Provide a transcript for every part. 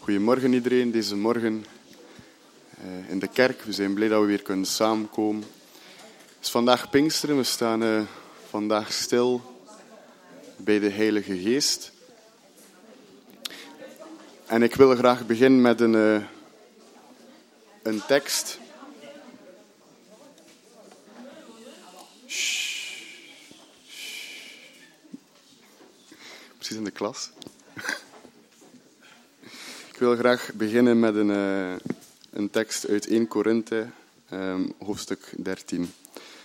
Goedemorgen iedereen, deze morgen in de kerk. We zijn blij dat we weer kunnen samenkomen. Het is vandaag Pinksteren, we staan vandaag stil bij de Heilige Geest. En ik wil graag beginnen met een tekst. Precies in de klas. Ik wil graag beginnen met een tekst uit 1 Korinthe, hoofdstuk 13.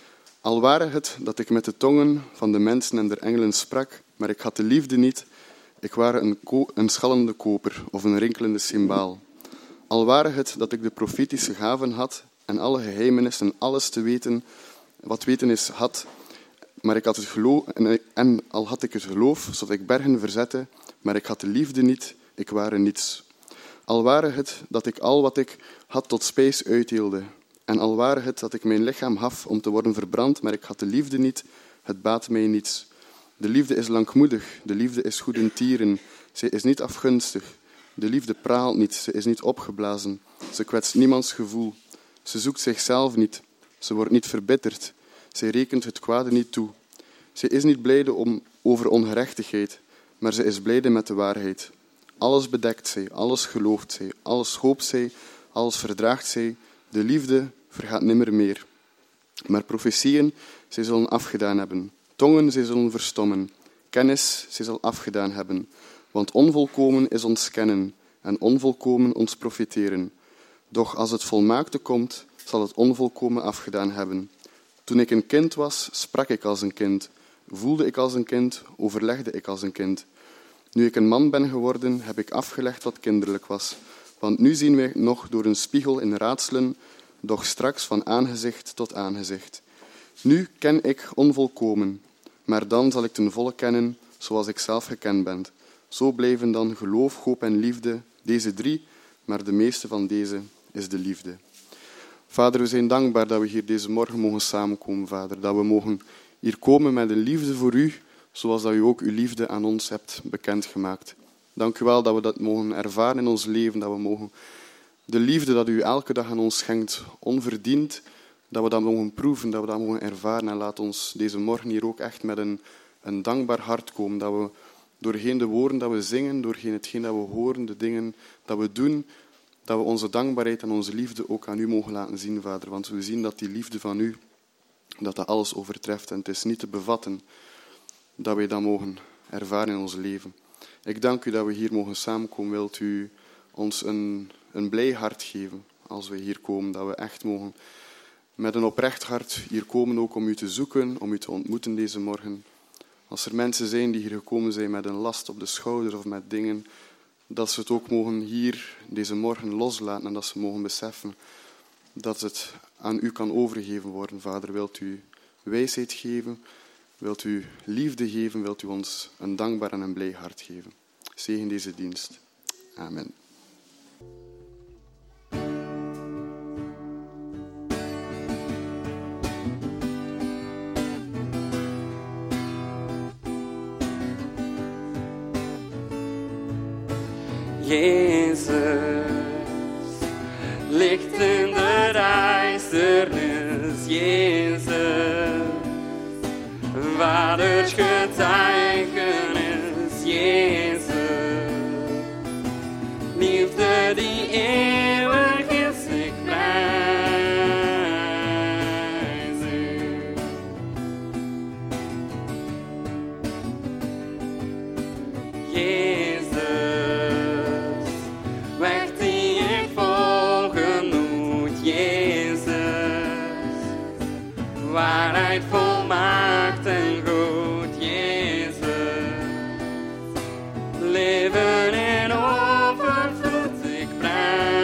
Al ware het dat ik met de tongen van de mensen en der engelen sprak, maar ik had de liefde niet, ik ware een schallende koper of een rinkelende cymbaal. Al ware het dat ik de profetische gaven had en alle geheimenissen en alles te weten, wat weten is, had, maar ik had het geloof, en al had ik het geloof, zodat ik bergen verzette, maar ik had de liefde niet, ik ware niets. Al ware het dat ik al wat ik had tot spijs uitdeelde, en al ware het dat ik mijn lichaam gaf om te worden verbrand, maar ik had de liefde niet, het baat mij niets. De liefde is langmoedig, de liefde is goedertieren, zij is niet afgunstig. De liefde praalt niet, ze is niet opgeblazen, ze kwetst niemands gevoel. Ze zoekt zichzelf niet, ze wordt niet verbitterd, zij rekent het kwade niet toe. Zij is niet blijde over ongerechtigheid, maar ze is blijde met de waarheid. Alles bedekt zij, alles gelooft zij, alles hoopt zij, alles verdraagt zij. De liefde vergaat nimmer meer. Maar profetieën, zij zullen afgedaan hebben. Tongen, zij zullen verstommen. Kennis, zij zal afgedaan hebben. Want onvolkomen is ons kennen en onvolkomen ons profiteren. Doch als het volmaakte komt, zal het onvolkomen afgedaan hebben. Toen ik een kind was, sprak ik als een kind. Voelde ik als een kind, overlegde ik als een kind. Nu ik een man ben geworden, heb ik afgelegd wat kinderlijk was. Want nu zien wij nog door een spiegel in raadselen, doch straks van aangezicht tot aangezicht. Nu ken ik onvolkomen, maar dan zal ik ten volle kennen, zoals ik zelf gekend ben. Zo blijven dan geloof, hoop en liefde, deze 3, maar de meeste van deze is de liefde. Vader, we zijn dankbaar dat we hier deze morgen mogen samenkomen, Vader. Dat we mogen hier komen met een liefde voor u, zoals dat u ook uw liefde aan ons hebt bekendgemaakt. Dank u wel dat we dat mogen ervaren in ons leven, dat we mogen de liefde dat u elke dag aan ons schenkt, onverdiend, dat we dat mogen proeven, dat we dat mogen ervaren. En laat ons deze morgen hier ook echt met een dankbaar hart komen, dat we doorheen de woorden dat we zingen, doorheen hetgeen dat we horen, de dingen dat we doen, dat we onze dankbaarheid en onze liefde ook aan u mogen laten zien, Vader. Want we zien dat die liefde van u, dat alles overtreft en het is niet te bevatten dat wij dat mogen ervaren in ons leven. Ik dank u dat we hier mogen samenkomen. Wilt u ons een blij hart geven als we hier komen, dat we echt mogen met een oprecht hart hier komen, ook om u te zoeken, om u te ontmoeten deze morgen. Als er mensen zijn die hier gekomen zijn met een last op de schouders of met dingen, dat ze het ook mogen hier deze morgen loslaten en dat ze mogen beseffen dat het aan u kan overgegeven worden. Vader, wilt u wijsheid geven, wilt u liefde geven, wilt u ons een dankbaar en een blij hart geven. Zegen deze dienst. Amen. Jezus, licht in de duisternis, Jezus, vaders getuigenis, Jezus, liefde die eeuwig is, ik prijs u. Jezus, weg die ik volgen moet, Jezus, waarheid volmaakt en goed, Jezus, leven in overvloed, ik prijs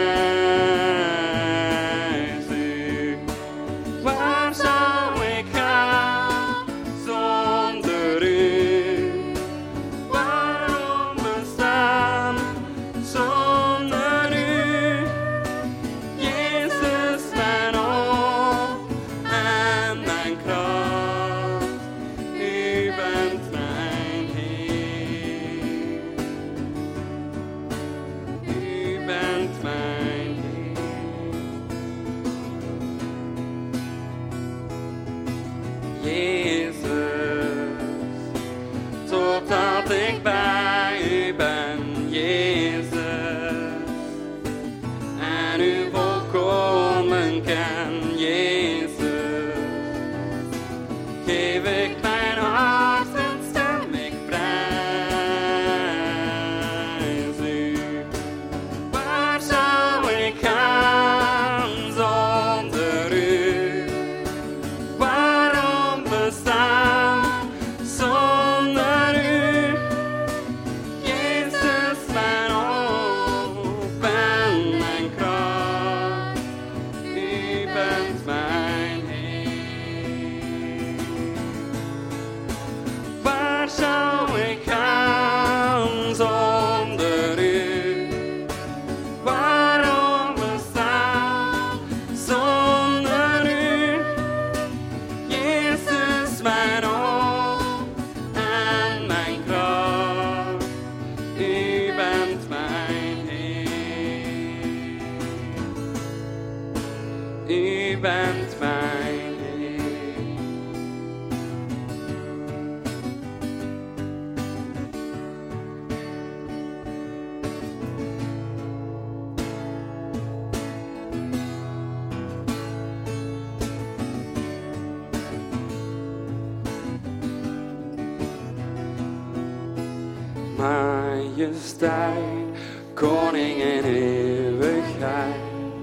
majesteit, koning in eeuwigheid.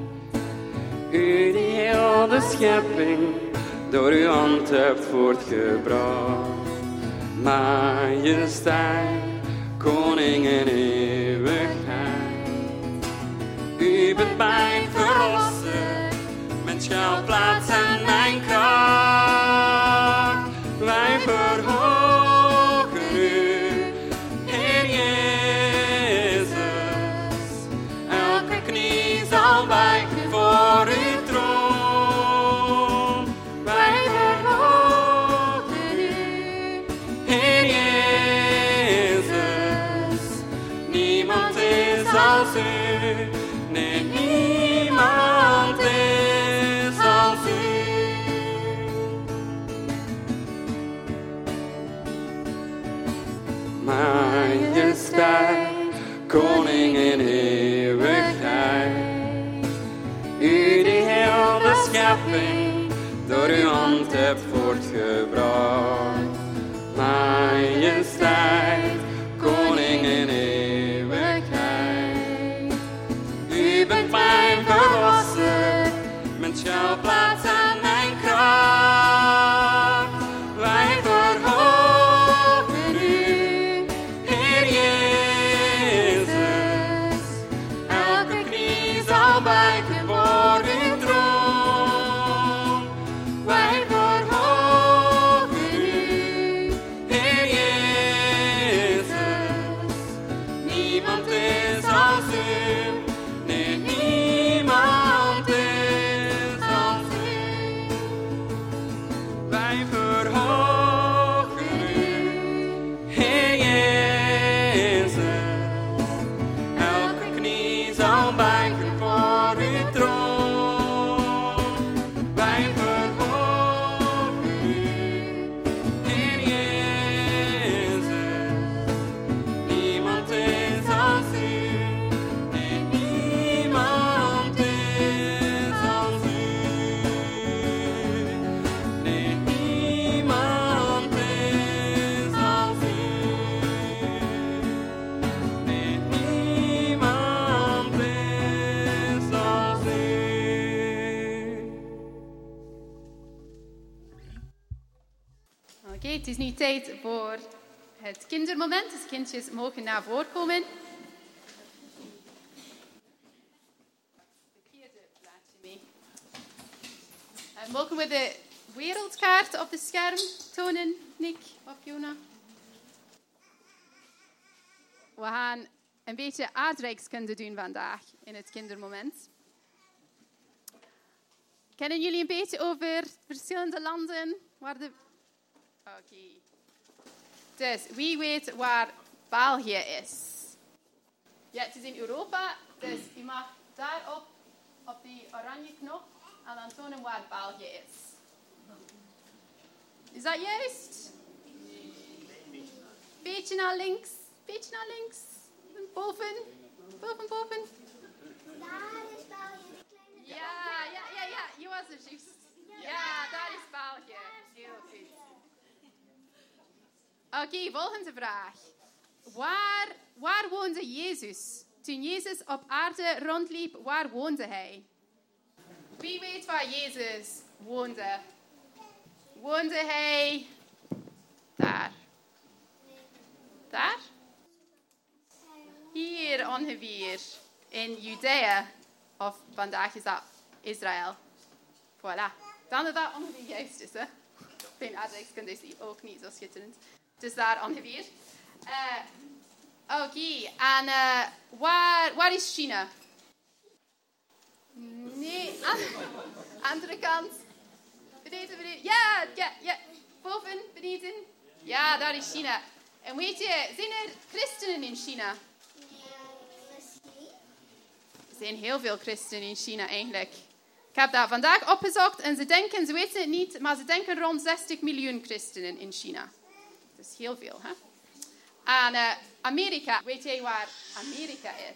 U die heel de schepping door uw hand hebt voortgebracht. Majesteit, koning in eeuwigheid. U bent mijn verlosser, mijn schuilplaats en mijn kracht. Wij verhogen u, Heer Jezus. Elke knie zal buigen voor uw troon. Wij verhogen u, Heer Jezus. Niemand is als u. Nee, niemand is als u. Majesteit, koning in eeuwigheid. U die heel de schepping door uw hand hebt voortgebracht. Majesteit, koning in eeuwigheid. U bent mijn verlosser, mijn schuilplaats en mijn kracht. Wij verhogen u, Heer Jezus. Elke knie zal buigen voor uw troon. Wij verhogen u, Heer Jezus. Niemand is als u. Nee, niemand is als u. Wij verhogen u, Heer Jezus. Elke knie zal buigen voor uw troon. Wij verhogen u, Heer Jezus. Niemand is als u. Nee, niemand is als u. Nee, niemand is als u. Nee, niemand is als u. Oké, het is nu tijd voor het kindermoment. Dus kindjes mogen naar voren komen. Verkeerde plaatje mee. Mogen we de wereldkaart op het scherm tonen, Nick of Jona? We gaan een beetje aardrijkskunde doen vandaag in het kindermoment. Kennen jullie een beetje over verschillende landen waar de... Oké. Dus wie weet waar België is? Ja, het is in Europa, dus je mag daarop op die oranje knop en dan tonen waar België is. Is dat juist? Beetje naar links, beetje naar links. Boven, boven, boven. Daar is België, die kleine... Ja, je was er juist. Ja, daar is België. Heel goed. Oké, volgende vraag. Waar woonde Jezus? Toen Jezus op aarde rondliep, waar woonde hij? Wie weet waar Jezus woonde? Woonde hij daar? Daar? Hier ongeveer. In Judea. Of vandaag is dat Israël. Voilà. Dan is dat ongeveer juist is, hè? Mijn aardrijkskunde is ook niet zo schitterend. Dus daar ongeveer. Oké. En waar is China? Nee. Andere kant. Beneden. Ja. Boven, beneden. Ja, daar is China. En weet je, zijn er christenen in China? Er zijn heel veel christenen in China eigenlijk. Ik heb dat vandaag opgezocht en ze weten het niet, maar ze denken rond 60 miljoen christenen in China. Dat is heel veel, hè? En Amerika, weet jij waar Amerika is?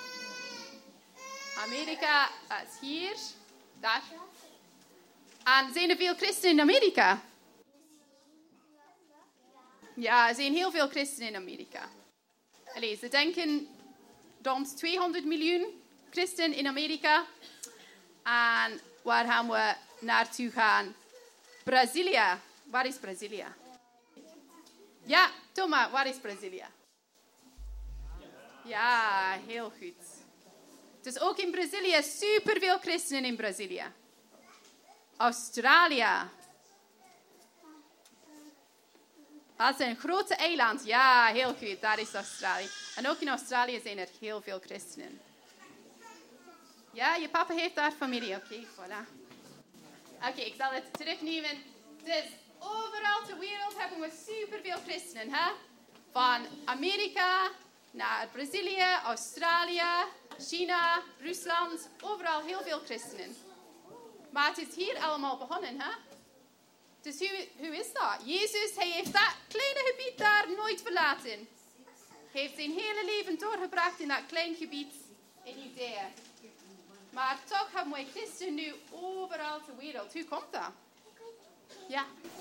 Amerika is hier, daar. En zijn er veel christenen in Amerika? Ja, er zijn heel veel christenen in Amerika. ze denken rond 200 miljoen christen in Amerika. En waar gaan we naartoe gaan? Brazilië. Waar is Brazilië? Ja, Thomas, waar is Brazilië? Ja, heel goed. Dus ook in Brazilië, superveel christenen in Brazilië. Australië. Dat is een grote eiland. Ja, heel goed, daar is Australië. En ook in Australië zijn er heel veel christenen. Ja, je papa heeft daar familie. Oké, voilà. Oké, ik zal het terugnemen. Dus overal ter wereld hebben we superveel christenen. Hè? Van Amerika naar Brazilië, Australië, China, Rusland. Overal heel veel christenen. Maar het is hier allemaal begonnen. Hè? Dus hoe is dat? Jezus, hij heeft dat kleine gebied daar nooit verlaten. Hij heeft zijn hele leven doorgebracht in dat klein gebied in Judea. Maar toch hebben wij christenen nu overal ter wereld. Hoe komt dat? Ja.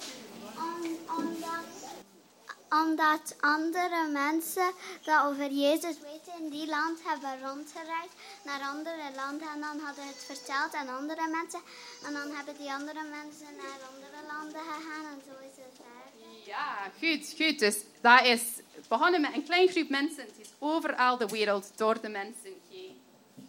Omdat andere mensen dat over Jezus weten in die land hebben rondgereisd naar andere landen. En dan hadden het verteld aan andere mensen. En dan hebben die andere mensen naar andere landen gegaan. En zo is het verder. Ja, goed. Dus dat is begonnen met een klein groep mensen. Het is overal de wereld door de mensen heen.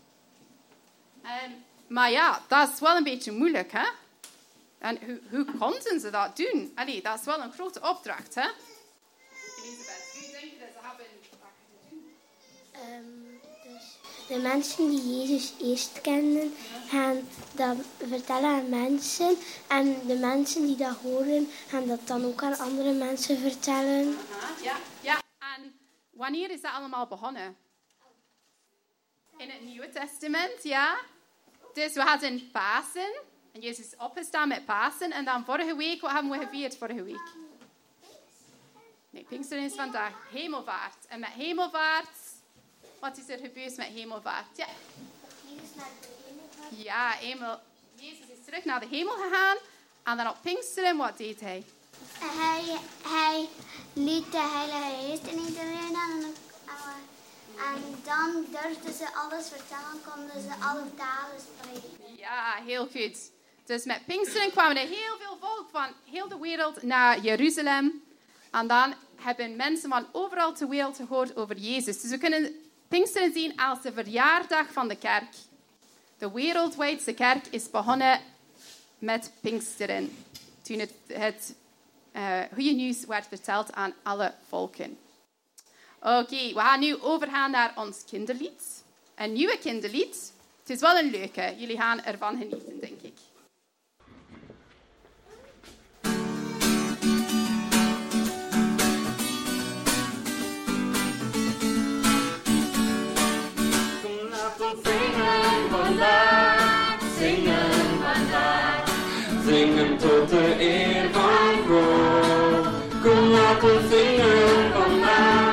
Maar ja, dat is wel een beetje moeilijk, hè? En hoe konden ze dat doen? Allee, dat is wel een grote opdracht, hè? Elisabeth, hoe denk je dat ze hebben dat kunnen doen? Dus de mensen die Jezus eerst kenden, gaan dat vertellen aan mensen. En de mensen die dat horen, gaan dat dan ook aan andere mensen vertellen. Aha, ja. En wanneer is dat allemaal begonnen? In het Nieuwe Testament, ja. Dus we hadden Pasen. En Jezus is opgestaan met Pasen. En dan vorige week, wat hebben we gevierd vorige week? Nee, Pinksteren is vandaag. Hemelvaart. En met hemelvaart, wat is er gebeurd met hemelvaart? Ja. Jezus naar de hemel. Ja, Jezus is terug naar de hemel gegaan. En dan op Pinksteren, wat deed hij? Hij liet de Heilige Geest in iedereen aan. En dan durfden ze alles vertellen, konden ze alle talen spreken. Ja, heel goed. Dus met Pinksteren kwamen er heel veel volk van heel de wereld naar Jeruzalem. En dan hebben mensen van overal ter wereld gehoord over Jezus. Dus we kunnen Pinksteren zien als de verjaardag van de kerk. De wereldwijdse kerk is begonnen met Pinksteren. Toen het goede nieuws werd verteld aan alle volken. Oké, we gaan nu overgaan naar ons kinderlied. Een nieuwe kinderlied. Het is wel een leuke. Jullie gaan ervan genieten, denk ik. Kom, laat ons zingen vandaag, zingen vandaag. Zingen tot de eer van God. Kom, laat ons zingen vandaag.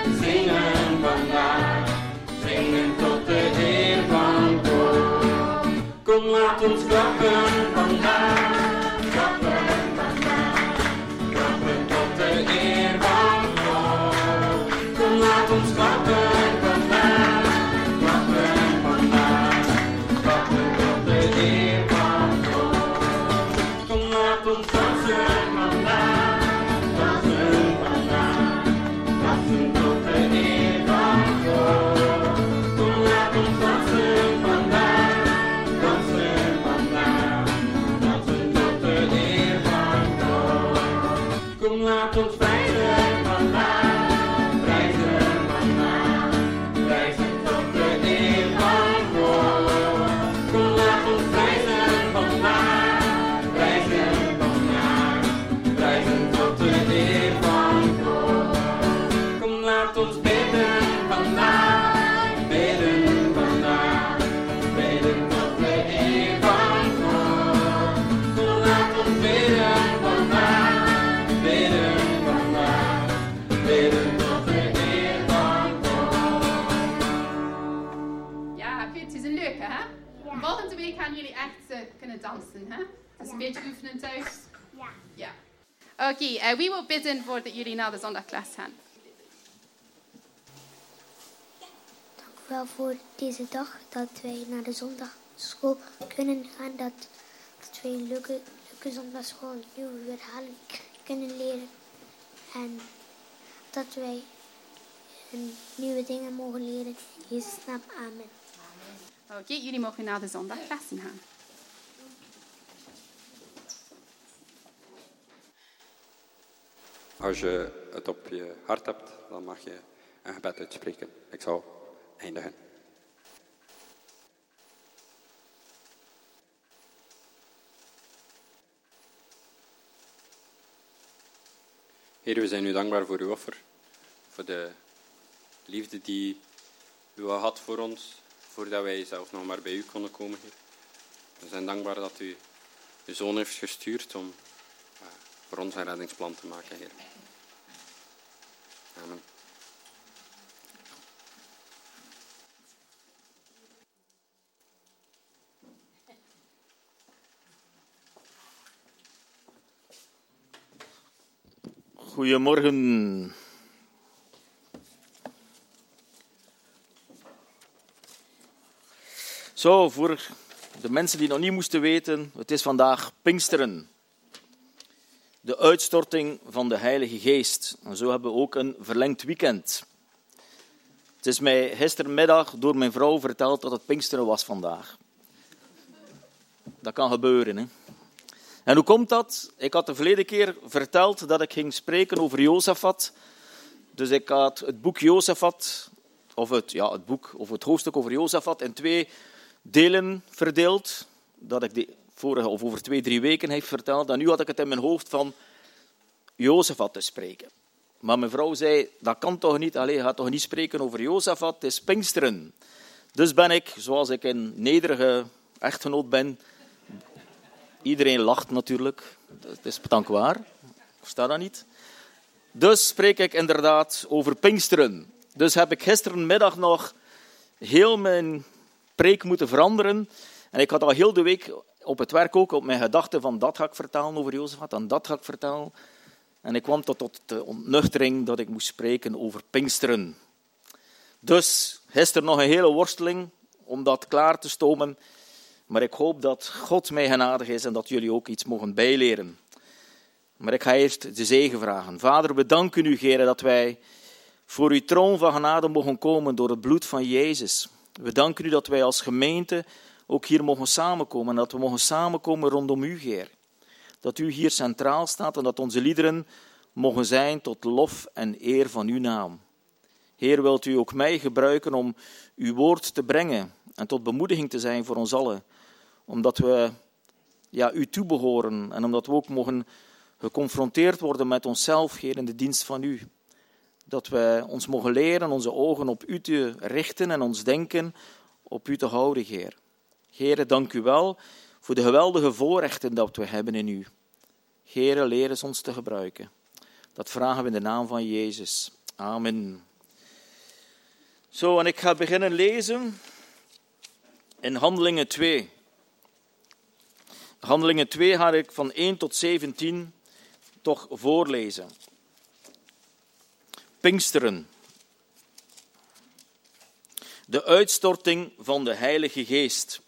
Zingen tot de eer van God. Kom, laat ons klappen vandaag, klappen vandaag, klappen tot de eer van God. Kom, laat ons klappen vandaag, klappen vandaag, klappen tot de eer van God. Kom, laat ons dansen vandaag, dansen vandaag, dansen tot de eer van God. Kom, laat ons dansen vandaag, dansen vandaag, dansen tot de eer van God. Kom, laat ons prijzen vandaag, prijzen vandaag, prijzen tot de eer van God. Kom, laat ons prijzen vandaag, prijzen vandaag, prijzen tot de eer van God. Kom, laat ons bidden vandaag, bidden vandaag, bidden tot de eer van God. Kom, laat ons bidden vandaag, bidden vandaag, bidden tot de eer van God. Ja, goed. Het is een leuke, hè? Volgende week gaan jullie echt kunnen dansen, hè? Het is een beetje oefenen thuis. Ja. Oké, wie wil bidden voordat jullie naar de zondagklas gaan? wel voor deze dag dat wij naar de zondagschool kunnen gaan. Dat wij een leuke zondagschool, nieuwe verhalen kunnen leren. En dat wij nieuwe dingen mogen leren. In Jezus' naam, amen. Oké, jullie mogen naar de zondaglessen gaan. Als je het op je hart hebt, dan mag je een gebed uitspreken. Ik zal eindigen. Heer, we zijn u dankbaar voor uw offer, voor de liefde die u al had voor ons, voordat wij zelf nog maar bij u konden komen, Heer. We zijn dankbaar dat u uw zoon heeft gestuurd om voor ons een reddingsplan te maken, Heer. Amen. Goedemorgen. Zo, voor de mensen die nog niet moesten weten, het is vandaag Pinksteren. De uitstorting van de Heilige Geest. En zo hebben we ook een verlengd weekend. Het is mij gistermiddag door mijn vrouw verteld dat het Pinksteren was vandaag. Dat kan gebeuren, hè. En hoe komt dat? Ik had de verleden keer verteld dat ik ging spreken over Jozefat. Dus ik had het boek Jozefat, of het hoofdstuk over Jozefat, in 2 delen verdeeld. Dat ik over 2-3 weken heeft verteld. En nu had ik het in mijn hoofd van Jozefat te spreken. Maar mijn vrouw zei, dat kan toch niet? Je gaat toch niet spreken over Jozefat? Het is Pinksteren. Dus ben ik, zoals ik een nederige echtgenoot ben. Iedereen lacht natuurlijk. Dat is dankbaar. Ik versta dat niet. Dus spreek ik inderdaad over Pinksteren. Dus heb ik gisterenmiddag nog heel mijn preek moeten veranderen. En ik had al heel de week op het werk ook op mijn gedachten van dat ga ik vertellen over Jozefat en dat ga ik vertellen. En ik kwam tot de ontnuchtering dat ik moest spreken over Pinksteren. Dus gisteren nog een hele worsteling om dat klaar te stomen. Maar ik hoop dat God mij genadig is en dat jullie ook iets mogen bijleren. Maar ik ga eerst de zegen vragen. Vader, we danken u, Heer, dat wij voor uw troon van genade mogen komen door het bloed van Jezus. We danken u dat wij als gemeente ook hier mogen samenkomen en dat we mogen samenkomen rondom u, Heer. Dat u hier centraal staat en dat onze liederen mogen zijn tot lof en eer van uw naam. Heer, wilt u ook mij gebruiken om uw woord te brengen en tot bemoediging te zijn voor ons allen. Omdat we u toebehoren en omdat we ook mogen geconfronteerd worden met onszelf, Heer, in de dienst van u. Dat we ons mogen leren onze ogen op u te richten en ons denken op u te houden, Heer. Heer, dank u wel voor de geweldige voorrechten dat we hebben in u. Heer, leer eens ons te gebruiken. Dat vragen we in de naam van Jezus. Amen. Zo, en ik ga beginnen lezen in Handelingen 2. Handelingen 2 ga ik van 1 tot 17 toch voorlezen. Pinksteren. De uitstorting van de Heilige Geest.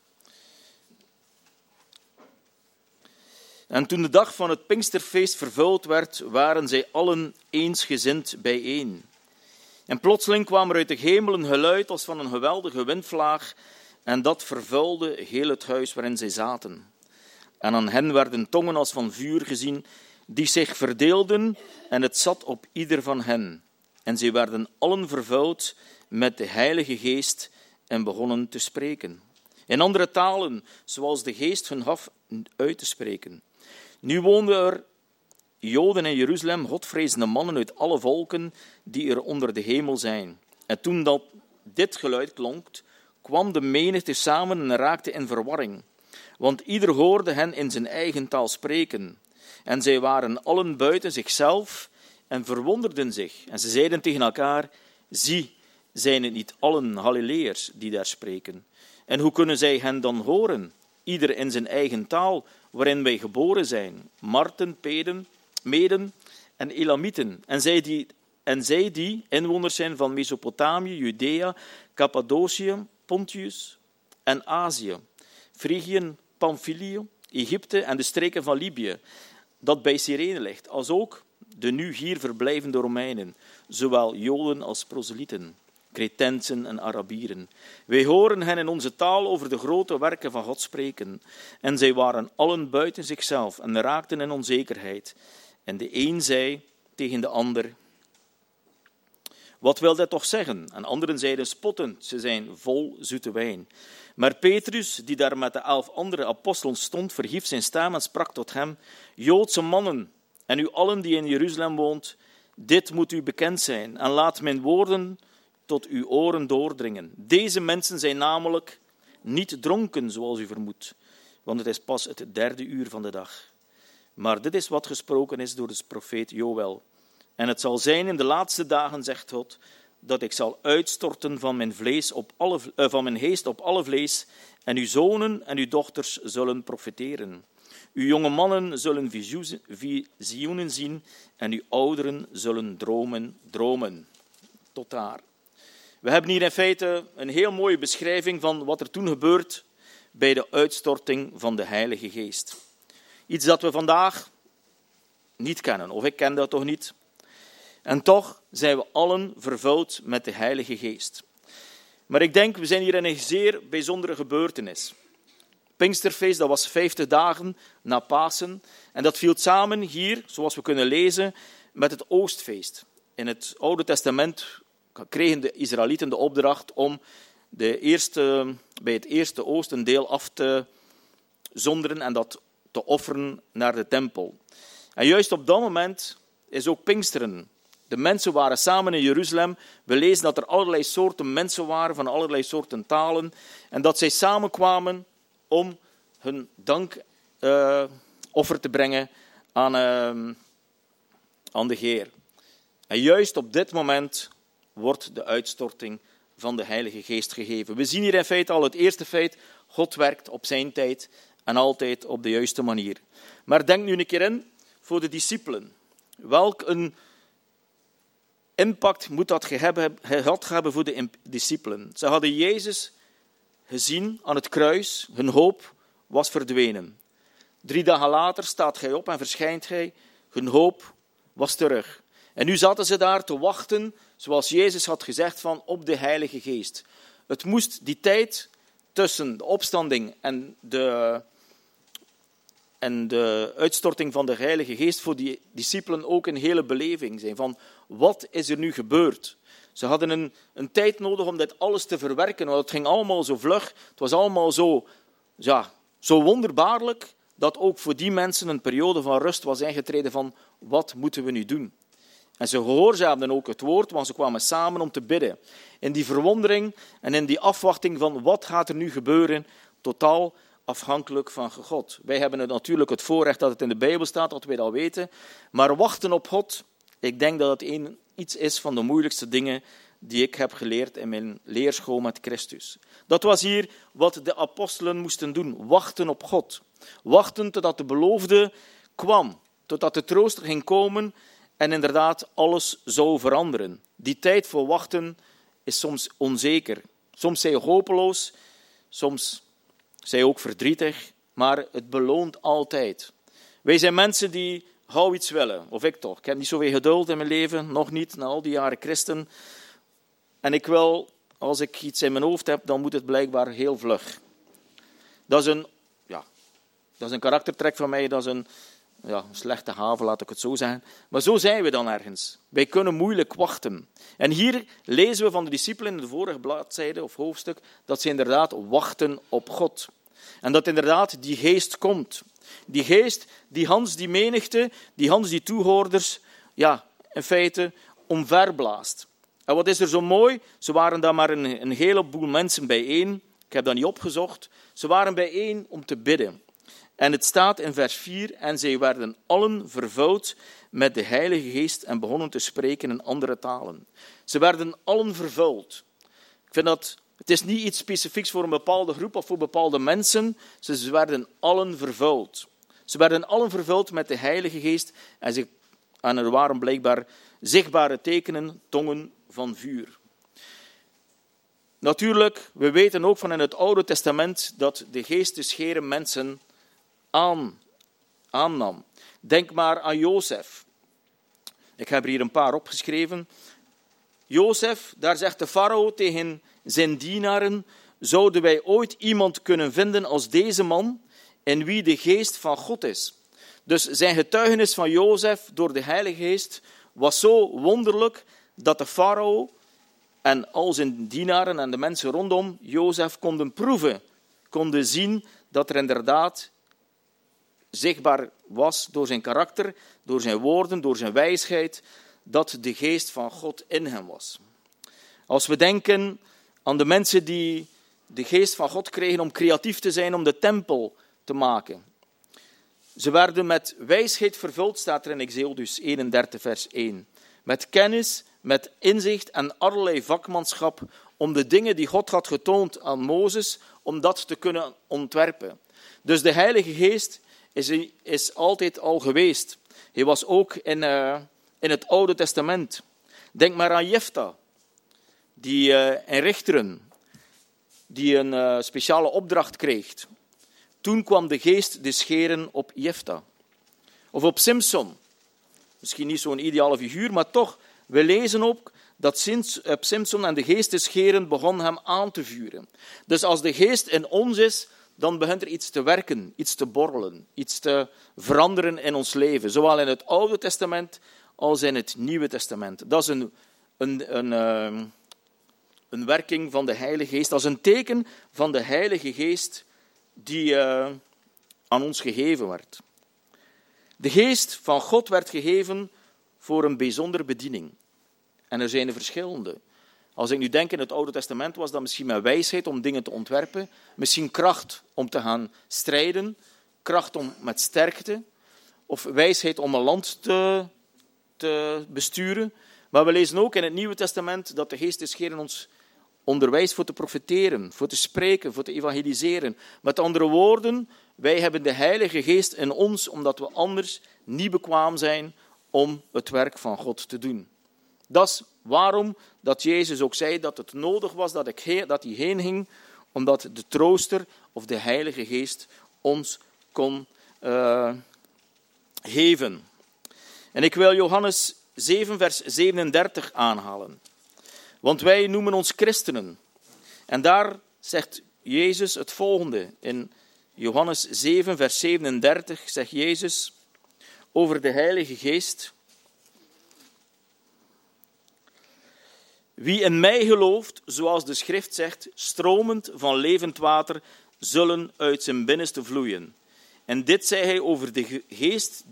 En toen de dag van het Pinksterfeest vervuld werd, waren zij allen eensgezind bijeen. En plotseling kwam er uit de hemel een geluid als van een geweldige windvlaag, en dat vervuilde heel het huis waarin zij zaten. En aan hen werden tongen als van vuur gezien, die zich verdeelden, en het zat op ieder van hen. En zij werden allen vervuld met de Heilige Geest en begonnen te spreken. In andere talen, zoals de Geest hun gaf uit te spreken. Nu woonden er Joden in Jeruzalem, godvrezende mannen uit alle volken die er onder de hemel zijn. En toen dit geluid klonk, kwam de menigte samen en raakte in verwarring. Want ieder hoorde hen in zijn eigen taal spreken. En zij waren allen buiten zichzelf en verwonderden zich. En ze zeiden tegen elkaar, zie, zijn het niet allen Galileërs die daar spreken? En hoe kunnen zij hen dan horen? Ieder in zijn eigen taal, waarin wij geboren zijn. Marten, Meden en Elamieten. en zij die inwoners zijn van Mesopotamië, Judea, Cappadocië, Pontius en Azië, Frigië, Pamphylië, Egypte en de streken van Libië, dat bij Cyrene ligt, als ook de nu hier verblijvende Romeinen, zowel Joden als proselyten, Cretensen en Arabieren. Wij horen hen in onze taal over de grote werken van God spreken. En zij waren allen buiten zichzelf en raakten in onzekerheid. En de een zei tegen de ander: wat wil dat toch zeggen? En anderen zeiden spottend: ze zijn vol zoete wijn. Maar Petrus, die daar met de 11 andere apostelen stond, verhief zijn stem en sprak tot hem: Joodse mannen, en u allen die in Jeruzalem woont, dit moet u bekend zijn. En laat mijn woorden tot uw oren doordringen. Deze mensen zijn namelijk niet dronken, zoals u vermoedt, want het is pas het 3e uur van de dag. Maar dit is wat gesproken is door de profeet Joël. En het zal zijn in de laatste dagen, zegt God, dat ik zal uitstorten van mijn geest op alle vlees, en uw zonen en uw dochters zullen profeteren. Uw jonge mannen zullen visioenen zien, en uw ouderen zullen dromen. Tot daar. We hebben hier in feite een heel mooie beschrijving van wat er toen gebeurt bij de uitstorting van de Heilige Geest. Iets dat we vandaag niet kennen, of ik ken dat toch niet. En toch zijn we allen vervuld met de Heilige Geest. Maar ik denk, we zijn hier in een zeer bijzondere gebeurtenis. Pinksterfeest, dat was 50 dagen na Pasen. En dat viel samen hier, zoals we kunnen lezen, met het Oostfeest. In het Oude Testament kregen de Israëlieten de opdracht om bij het eerste oost een deel af te zonderen en dat te offeren naar de tempel. En juist op dat moment is ook Pinksteren. De mensen waren samen in Jeruzalem. We lezen dat er allerlei soorten mensen waren, van allerlei soorten talen. En dat zij samenkwamen om hun dankoffer te brengen aan de Heer. En juist op dit moment wordt de uitstorting van de Heilige Geest gegeven. We zien hier in feite al het eerste feit: God werkt op zijn tijd en altijd op de juiste manier. Maar denk nu een keer in voor de discipelen. Welk een impact moet dat gehad hebben voor de discipelen? Ze hadden Jezus gezien aan het kruis, hun hoop was verdwenen. 3 dagen later staat hij op en verschijnt hij, hun hoop was terug. En nu zaten ze daar te wachten, zoals Jezus had gezegd, op de Heilige Geest. Het moest die tijd tussen de opstanding en de uitstorting van de Heilige Geest voor die discipelen ook een hele beleving zijn. Van, wat is er nu gebeurd? Ze hadden een tijd nodig om dit alles te verwerken, want het ging allemaal zo vlug. Het was allemaal zo wonderbaarlijk, dat ook voor die mensen een periode van rust was ingetreden van, wat moeten we nu doen? En ze gehoorzaamden ook het woord, want ze kwamen samen om te bidden. In die verwondering en in die afwachting van, wat gaat er nu gebeuren? Totaal afhankelijk van God. Wij hebben natuurlijk het voorrecht dat het in de Bijbel staat, dat wij dat weten. Maar wachten op God, ik denk dat het iets is van de moeilijkste dingen die ik heb geleerd in mijn leerschool met Christus. Dat was hier wat de apostelen moesten doen. Wachten op God. Wachten totdat de beloofde kwam. Totdat de trooster ging komen en inderdaad alles zou veranderen. Die tijd voor wachten is soms onzeker. Soms zijn je hopeloos, soms zijn je ook verdrietig, maar het beloont altijd. Wij zijn mensen die gauw iets willen, of ik toch. Ik heb niet zoveel geduld in mijn leven, nog niet, na al die jaren christen. En ik wil, als ik iets in mijn hoofd heb, dan moet het blijkbaar heel vlug. Dat is een karaktertrek van mij, dat is een slechte haven, laat ik het zo zeggen. Maar zo zijn we dan ergens. Wij kunnen moeilijk wachten. En hier lezen we van de discipelen in de vorige bladzijde of hoofdstuk, dat ze inderdaad wachten op God. En dat inderdaad die geest komt. Die geest, die Hans, die menigte, die Hans, die toehoorders, in feite omverblaast. En wat is er zo mooi? Ze waren daar maar een heleboel mensen bijeen. Ik heb dat niet opgezocht. Ze waren bijeen om te bidden. En het staat in vers 4, en zij werden allen vervuld met de Heilige Geest en begonnen te spreken in andere talen. Ze werden allen vervuld. Ik vind dat, het is niet iets specifieks voor een bepaalde groep of voor bepaalde mensen. Ze werden allen vervuld. Ze werden allen vervuld met de Heilige Geest en er waren blijkbaar zichtbare tekenen, tongen van vuur. Natuurlijk, we weten ook van in het Oude Testament dat de geest de scheren mensen aannam. Denk maar aan Jozef. Ik heb er hier een paar opgeschreven. Jozef, daar zegt de farao tegen zijn dienaren: zouden wij ooit iemand kunnen vinden als deze man, in wie de geest van God is? Dus zijn getuigenis van Jozef door de Heilige Geest was zo wonderlijk dat de farao en al zijn dienaren en de mensen rondom Jozef konden proeven, konden zien dat er inderdaad zichtbaar was door zijn karakter, door zijn woorden, door zijn wijsheid, dat de geest van God in hem was. Als we denken aan de mensen die de geest van God kregen om creatief te zijn, om de tempel te maken. Ze werden met wijsheid vervuld, staat er in Exodus 31, vers 1. Met kennis, met inzicht en allerlei vakmanschap om de dingen die God had getoond aan Mozes, om dat te kunnen ontwerpen. Dus de Heilige Geest is altijd al geweest. Hij was ook in het Oude Testament. Denk maar aan Jefta, die in Richteren, die een speciale opdracht kreeg. Toen kwam de geest de scheren op Jefta. Of op Simson. Misschien niet zo'n ideale figuur, maar toch, we lezen ook dat Simson en de geest de scheren begon hem aan te vuren. Dus als de geest in ons is, dan begint er iets te werken, iets te borrelen, iets te veranderen in ons leven. Zowel in het Oude Testament als in het Nieuwe Testament. Dat is een werking van de Heilige Geest. Dat is een teken van de Heilige Geest die aan ons gegeven werd. De Geest van God werd gegeven voor een bijzondere bediening. En er zijn er verschillende. Als ik nu denk in het Oude Testament, was dat misschien met wijsheid om dingen te ontwerpen, misschien kracht om te gaan strijden, kracht om met sterkte, of wijsheid om een land te besturen. Maar we lezen ook in het Nieuwe Testament dat de Geest des Heeren ons onderwijst voor te profeteren, voor te spreken, voor te evangeliseren. Met andere woorden, wij hebben de Heilige Geest in ons, omdat we anders niet bekwaam zijn om het werk van God te doen. Dat is waarom dat Jezus ook zei dat het nodig was dat hij heen ging, omdat de trooster of de Heilige Geest ons kon geven. En ik wil Johannes 7, vers 37 aanhalen. Want wij noemen ons christenen. En daar zegt Jezus het volgende. In Johannes 7, vers 37 zegt Jezus over de Heilige Geest: wie in mij gelooft, zoals de schrift zegt, stromend van levend water zullen uit zijn binnenste vloeien. En dit zei hij over de Geest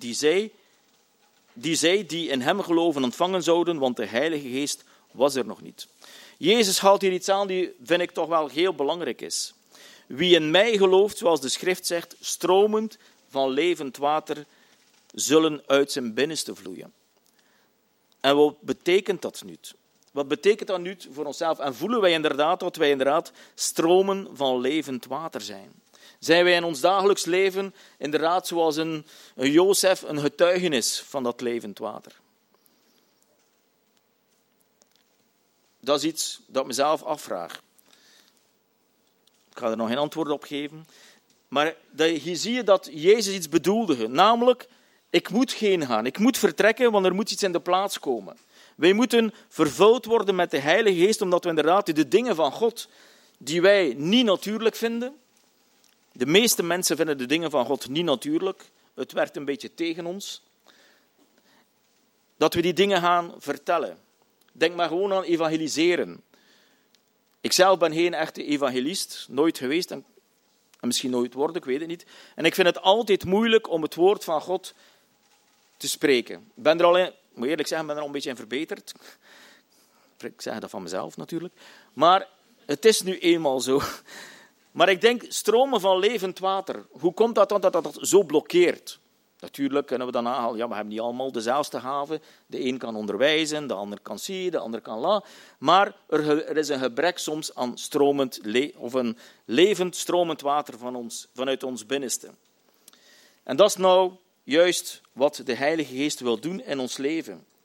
die in hem geloven ontvangen zouden, want de Heilige Geest was er nog niet. Jezus haalt hier iets aan die, vind ik, toch wel heel belangrijk is. Wie in mij gelooft, zoals de schrift zegt, stromend van levend water zullen uit zijn binnenste vloeien. En wat betekent dat nu? Wat betekent dat nu voor onszelf? En voelen wij inderdaad dat wij inderdaad stromen van levend water zijn? Zijn wij in ons dagelijks leven inderdaad zoals een Jozef een getuigenis van dat levend water? Dat is iets dat ik mezelf afvraag. Ik ga er nog geen antwoord op geven. Maar hier zie je dat Jezus iets bedoelde. Namelijk, ik moet heen gaan. Ik moet vertrekken, want er moet iets in de plaats komen. Wij moeten vervuld worden met de Heilige Geest, omdat we inderdaad de dingen van God, die wij niet natuurlijk vinden. De meeste mensen vinden de dingen van God niet natuurlijk. Het werkt een beetje tegen ons. Dat we die dingen gaan vertellen. Denk maar gewoon aan evangeliseren. Ikzelf ben geen echte evangelist, nooit geweest en misschien nooit worden, ik weet het niet. En ik vind het altijd moeilijk om het woord van God te spreken. Ik ben er al in, moet eerlijk zeggen, ben er al een beetje in verbeterd. Ik zeg dat van mezelf natuurlijk. Maar het is nu eenmaal zo. Maar ik denk, stromen van levend water. Hoe komt dat dan dat dat zo blokkeert? Natuurlijk kunnen we dan aanhalen, ja, we hebben niet allemaal dezelfde haven. De een kan onderwijzen, de ander kan zien, de ander kan la. Maar er is een gebrek soms aan of een levend stromend water vanuit ons binnenste. En dat is nou juist wat de Heilige Geest wil doen in ons leven.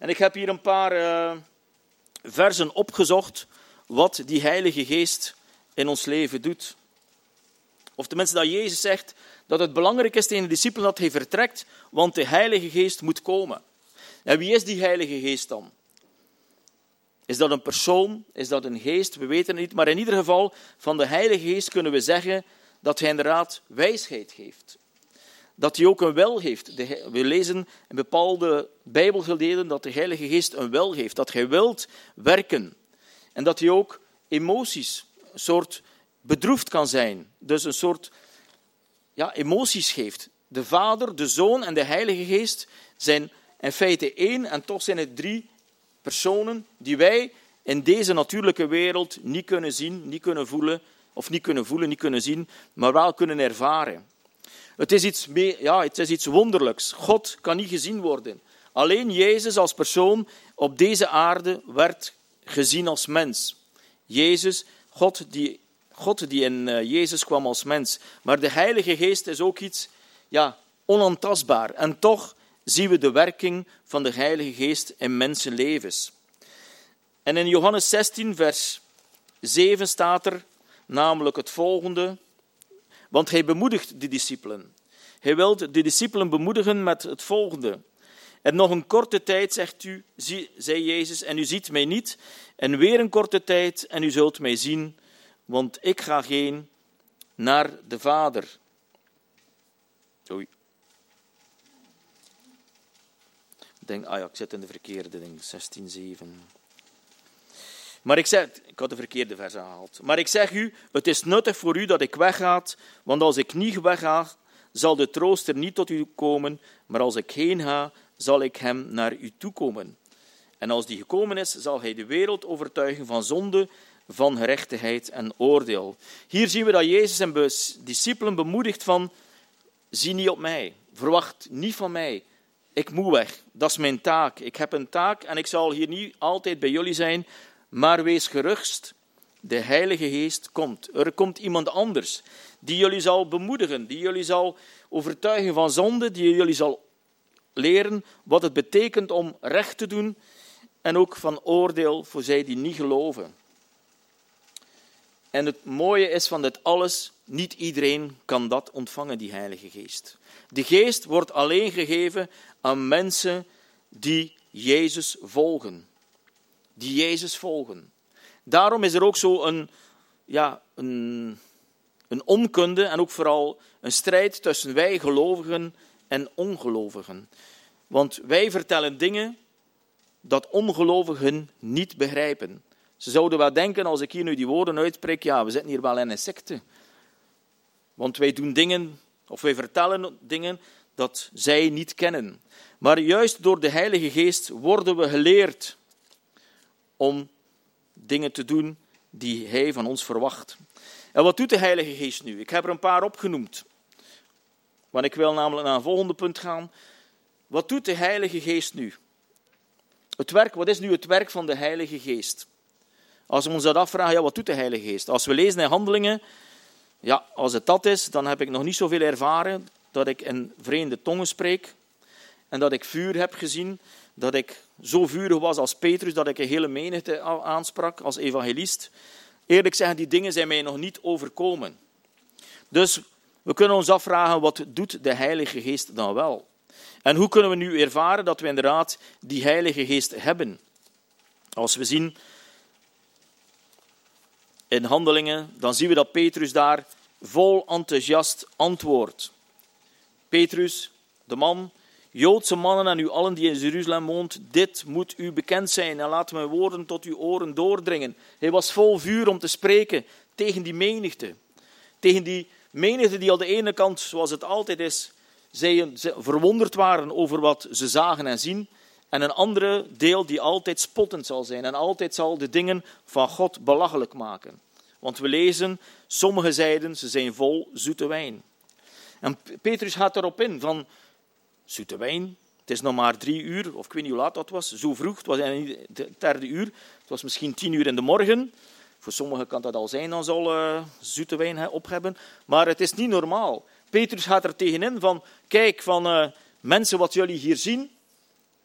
En ik heb hier een paar versen opgezocht wat die Heilige Geest in ons leven doet. Of tenminste dat Jezus zegt dat het belangrijk is tegen de discipelen dat hij vertrekt, want de Heilige Geest moet komen. En wie is die Heilige Geest dan? Is dat een persoon? Is dat een geest? We weten het niet. Maar in ieder geval, van de Heilige Geest kunnen we zeggen dat hij inderdaad wijsheid geeft. Dat hij ook een wil heeft. We lezen in bepaalde Bijbelgedeelten dat de Heilige Geest een wil heeft. Dat hij wilt werken. En dat hij ook emoties, een soort bedroefd kan zijn. Dus een soort emoties geeft. De Vader, de Zoon en de Heilige Geest zijn in feite één en toch zijn het 3 personen die wij in deze natuurlijke wereld niet kunnen zien, niet kunnen voelen, niet kunnen zien, maar wel kunnen ervaren. Het is iets wonderlijks. God kan niet gezien worden. Alleen Jezus als persoon op deze aarde werd gezien als mens. Jezus, God die in Jezus kwam als mens. Maar de Heilige Geest is ook iets onaantastbaar. En toch zien we de werking van de Heilige Geest in mensenlevens. En in Johannes 16, vers 7 staat er namelijk het volgende. Want hij bemoedigt de discipelen. Hij wil de discipelen bemoedigen met het volgende. En nog een korte tijd, zegt u, zei Jezus, en u ziet mij niet. En weer een korte tijd, en u zult mij zien, want ik ga heen naar de Vader. Oei. Ik zit in de verkeerde ding, 16:7. Maar ik had de verkeerde vers aangehaald. Maar ik zeg u, het is nuttig voor u dat ik wegga, want als ik niet wegga, zal de trooster niet tot u komen, maar als ik heen ga, zal ik hem naar u toekomen. En als die gekomen is, zal hij de wereld overtuigen van zonde, van gerechtigheid en oordeel. Hier zien we dat Jezus zijn discipelen bemoedigt van, zie niet op mij, verwacht niet van mij. Ik moet weg, dat is mijn taak. Ik heb een taak en ik zal hier niet altijd bij jullie zijn, maar wees gerust, de Heilige Geest komt. Er komt iemand anders die jullie zal bemoedigen, die jullie zal overtuigen van zonde, die jullie zal leren wat het betekent om recht te doen en ook van oordeel voor zij die niet geloven. En het mooie is van dit alles, niet iedereen kan dat ontvangen, die Heilige Geest. De Geest wordt alleen gegeven aan mensen die Jezus volgen. Die Jezus volgen. Daarom is er ook zo een onkunde en ook vooral een strijd tussen wij gelovigen en ongelovigen. Want wij vertellen dingen dat ongelovigen niet begrijpen. Ze zouden wel denken, als ik hier nu die woorden uitspreek, we zitten hier wel in een secte. Want wij doen dingen, of wij vertellen dingen dat zij niet kennen. Maar juist door de Heilige Geest worden we geleerd om dingen te doen die Hij van ons verwacht. En wat doet de Heilige Geest nu? Ik heb er een paar opgenoemd. Want ik wil namelijk naar een volgende punt gaan. Wat doet de Heilige Geest nu? Wat is nu het werk van de Heilige Geest? Als we ons dat afvragen, wat doet de Heilige Geest? Als we lezen in Handelingen, als het dat is, dan heb ik nog niet zoveel ervaren dat ik in vreemde tongen spreek en dat ik vuur heb gezien, dat ik zo vurig was als Petrus, dat ik een hele menigte aansprak als evangelist. Eerlijk zeggen, die dingen zijn mij nog niet overkomen. Dus we kunnen ons afvragen, wat doet de Heilige Geest dan wel? En hoe kunnen we nu ervaren dat we inderdaad die Heilige Geest hebben? Als we zien in Handelingen, dan zien we dat Petrus daar vol enthousiast antwoordt. Petrus, de man, Joodse mannen en u allen die in Jeruzalem woont, dit moet u bekend zijn en laat mijn woorden tot uw oren doordringen. Hij was vol vuur om te spreken tegen die menigte. Tegen die menigte die aan de ene kant, zoals het altijd is, zij verwonderd waren over wat ze zagen en zien. En een andere deel die altijd spottend zal zijn en altijd zal de dingen van God belachelijk maken. Want we lezen, sommigen zeiden, ze zijn vol zoete wijn. En Petrus gaat erop in van, zoete wijn, het is nog maar 3 uur, of ik weet niet hoe laat dat was, zo vroeg, het was niet het 3:e uur, het was misschien 10 uur in de morgen. Voor sommigen kan dat al zijn, dan zal zoete wijn op hebben. Maar het is niet normaal. Petrus gaat er tegenin van, kijk, van mensen wat jullie hier zien,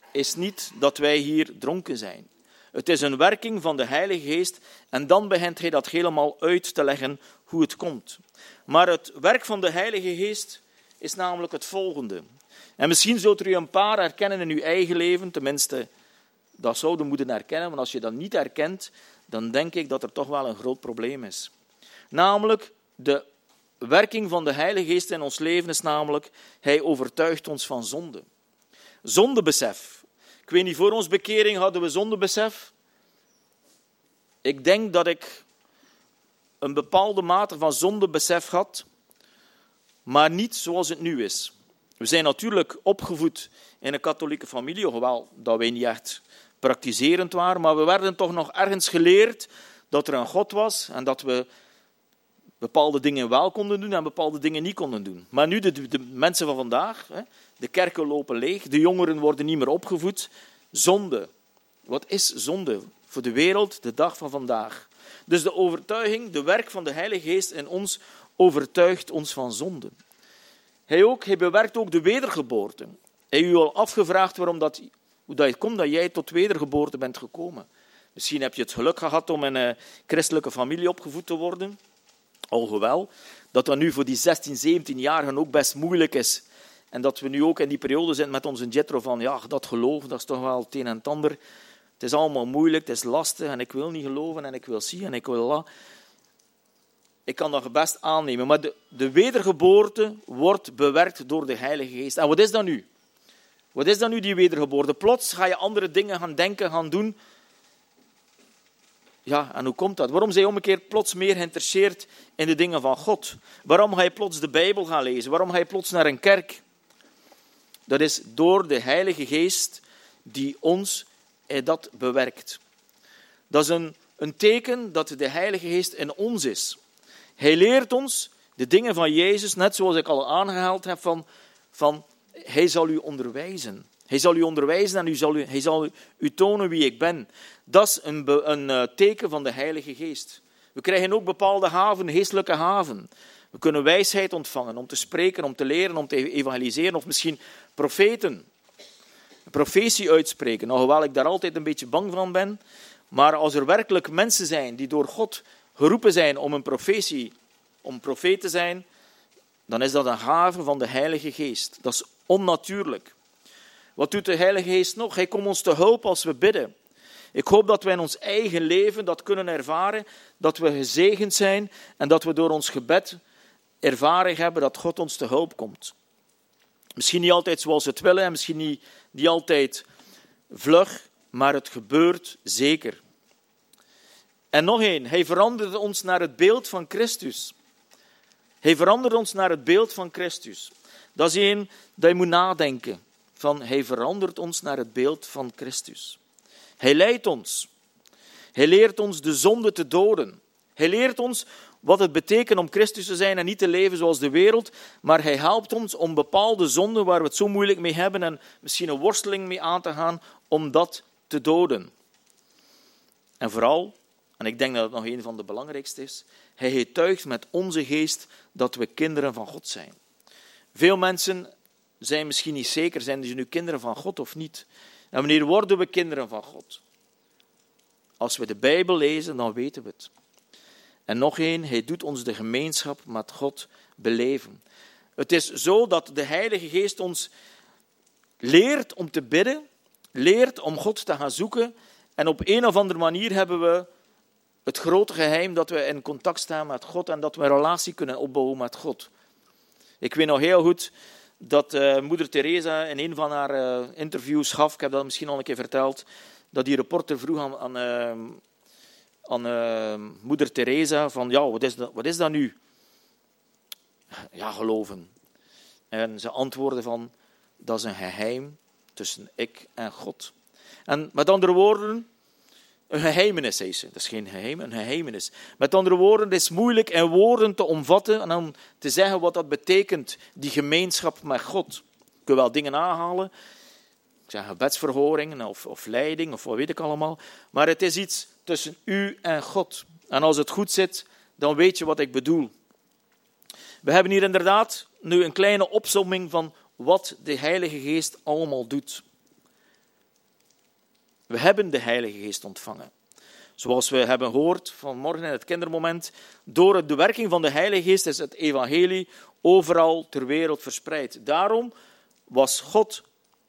is niet dat wij hier dronken zijn. Het is een werking van de Heilige Geest en dan begint hij dat helemaal uit te leggen hoe het komt. Maar het werk van de Heilige Geest is namelijk het volgende. En misschien zult u een paar herkennen in uw eigen leven, tenminste, dat zouden moeten herkennen, want als je dat niet herkent, dan denk ik dat er toch wel een groot probleem is. Namelijk, de werking van de Heilige Geest in ons leven is namelijk, hij overtuigt ons van zonde. Zondebesef. Ik weet niet, voor ons bekering hadden we zondebesef. Ik denk dat ik een bepaalde mate van zondebesef had, maar niet zoals het nu is. We zijn natuurlijk opgevoed in een katholieke familie, hoewel dat wij niet echt praktiserend waren, maar we werden toch nog ergens geleerd dat er een God was en dat we bepaalde dingen wel konden doen en bepaalde dingen niet konden doen. Maar nu, de mensen van vandaag, de kerken lopen leeg, de jongeren worden niet meer opgevoed. Zonde. Wat is zonde voor de wereld de dag van vandaag? Dus de overtuiging, de werk van de Heilige Geest in ons, overtuigt ons van zonde. Hij bewerkt ook de wedergeboorte. Hij heeft u al afgevraagd hoe dat komt dat jij tot wedergeboorte bent gekomen. Misschien heb je het geluk gehad om in een christelijke familie opgevoed te worden. Alhoewel, dat dat nu voor die 16, 17-jarigen ook best moeilijk is. En dat we nu ook in die periode zijn met onze Jethro van, ja, dat geloof, dat is toch wel het een en het ander. Het is allemaal moeilijk, het is lastig en ik wil niet geloven en ik wil zien en ik wil dat. Ik kan dat best aannemen, maar de wedergeboorte wordt bewerkt door de Heilige Geest. En wat is dat nu? Wat is dan nu die wedergeboorte? Plots ga je andere dingen gaan denken, gaan doen. Ja, en hoe komt dat? Waarom zijn je omgekeerd plots meer geïnteresseerd in de dingen van God? Waarom ga je plots de Bijbel gaan lezen? Waarom ga je plots naar een kerk? Dat is door de Heilige Geest die ons dat bewerkt. Dat is een teken dat de Heilige Geest in ons is. Hij leert ons de dingen van Jezus, net zoals ik al aangehaald heb, van hij zal u onderwijzen. Hij zal u onderwijzen en hij zal u tonen wie ik ben. Dat is een teken van de Heilige Geest. We krijgen ook bepaalde haven, geestelijke haven. We kunnen wijsheid ontvangen om te spreken, om te leren, om te evangeliseren. Of misschien profeten. Een profetie uitspreken. Nou, hoewel ik daar altijd een beetje bang van ben. Maar als er werkelijk mensen zijn die door God geroepen zijn om een profetie, om profeet te zijn, dan is dat een gave van de Heilige Geest. Dat is onnatuurlijk. Wat doet de Heilige Geest nog? Hij komt ons te hulp als we bidden. Ik hoop dat wij in ons eigen leven dat kunnen ervaren, dat we gezegend zijn en dat we door ons gebed ervaring hebben dat God ons te hulp komt. Misschien niet altijd zoals we het willen en misschien niet altijd vlug, maar het gebeurt zeker. En nog één, hij verandert ons naar het beeld van Christus. Hij verandert ons naar het beeld van Christus. Dat is één dat je moet nadenken. Hij verandert ons naar het beeld van Christus. Hij leidt ons. Hij leert ons de zonde te doden. Hij leert ons wat het betekent om Christus te zijn en niet te leven zoals de wereld, maar hij helpt ons om bepaalde zonden waar we het zo moeilijk mee hebben en misschien een worsteling mee aan te gaan, om dat te doden. En vooral, en ik denk dat het nog een van de belangrijkste is, hij getuigt met onze geest dat we kinderen van God zijn. Veel mensen zijn misschien niet zeker, zijn ze nu kinderen van God of niet? En wanneer worden we kinderen van God? Als we de Bijbel lezen, dan weten we het. En nog één, hij doet ons de gemeenschap met God beleven. Het is zo dat de Heilige Geest ons leert om te bidden, leert om God te gaan zoeken. En op een of andere manier hebben we het grote geheim dat we in contact staan met God en dat we een relatie kunnen opbouwen met God. Ik weet nog heel goed dat moeder Teresa in een van haar interviews gaf, ik heb dat misschien al een keer verteld, dat die reporter vroeg aan moeder Teresa van, ja, wat is dat nu? Ja, geloven. En ze antwoordde van, dat is een geheim tussen ik en God. En met andere woorden, een geheimenis, zei ze. Dat is geen geheim, een geheimenis. Met andere woorden, het is moeilijk in woorden te omvatten en om te zeggen wat dat betekent, die gemeenschap met God. Ik kan wel dingen aanhalen, ik zeg gebedsverhoringen of leiding of wat weet ik allemaal, maar het is iets tussen u en God. En als het goed zit, dan weet je wat ik bedoel. We hebben hier inderdaad nu een kleine opsomming van wat de Heilige Geest allemaal doet. We hebben de Heilige Geest ontvangen. Zoals we hebben gehoord vanmorgen in het kindermoment, door de werking van de Heilige Geest is het evangelie overal ter wereld verspreid. Daarom was God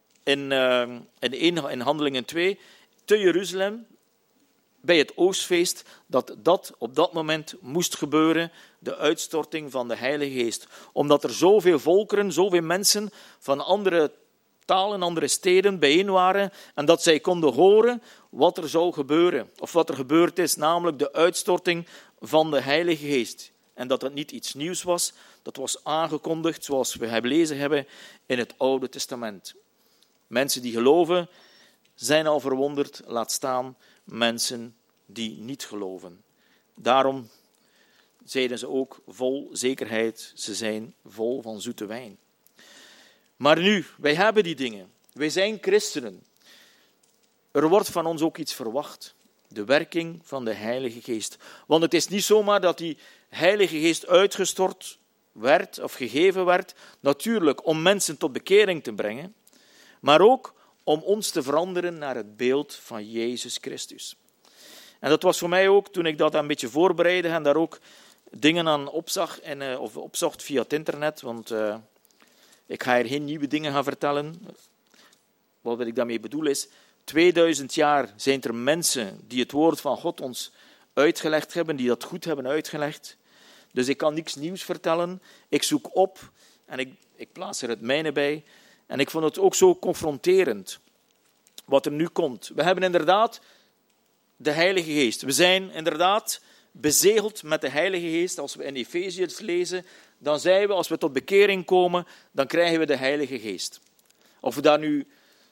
in Handelingen 2 te Jeruzalem, bij het oostfeest, dat op dat moment moest gebeuren, de uitstorting van de Heilige Geest. Omdat er zoveel volkeren, zoveel mensen van andere talen, andere steden bijeen waren en dat zij konden horen wat er zou gebeuren, of wat er gebeurd is, namelijk de uitstorting van de Heilige Geest. En dat het niet iets nieuws was, dat was aangekondigd, zoals we gelezen hebben in het Oude Testament. Mensen die geloven zijn al verwonderd, laat staan mensen die niet geloven. Daarom zeiden ze ook vol zekerheid, ze zijn vol van zoete wijn. Maar nu, wij hebben die dingen. Wij zijn christenen. Er wordt van ons ook iets verwacht. De werking van de Heilige Geest. Want het is niet zomaar dat die Heilige Geest uitgestort werd of gegeven werd, natuurlijk om mensen tot bekering te brengen, maar ook om ons te veranderen naar het beeld van Jezus Christus. En dat was voor mij ook, toen ik dat een beetje voorbereidde en daar ook dingen aan opzag of opzocht via het internet, want ik ga hier geen nieuwe dingen gaan vertellen. Wat ik daarmee bedoel is, 2000 jaar zijn er mensen die het woord van God ons uitgelegd hebben, die dat goed hebben uitgelegd. Dus ik kan niks nieuws vertellen. Ik zoek op en ik plaats er het mijne bij. En ik vond het ook zo confronterend wat er nu komt. We hebben inderdaad de Heilige Geest. We zijn inderdaad bezegeld met de Heilige Geest. Als we in Efeziërs lezen, dan zijn we, als we tot bekering komen, dan krijgen we de Heilige Geest. Of we daar nu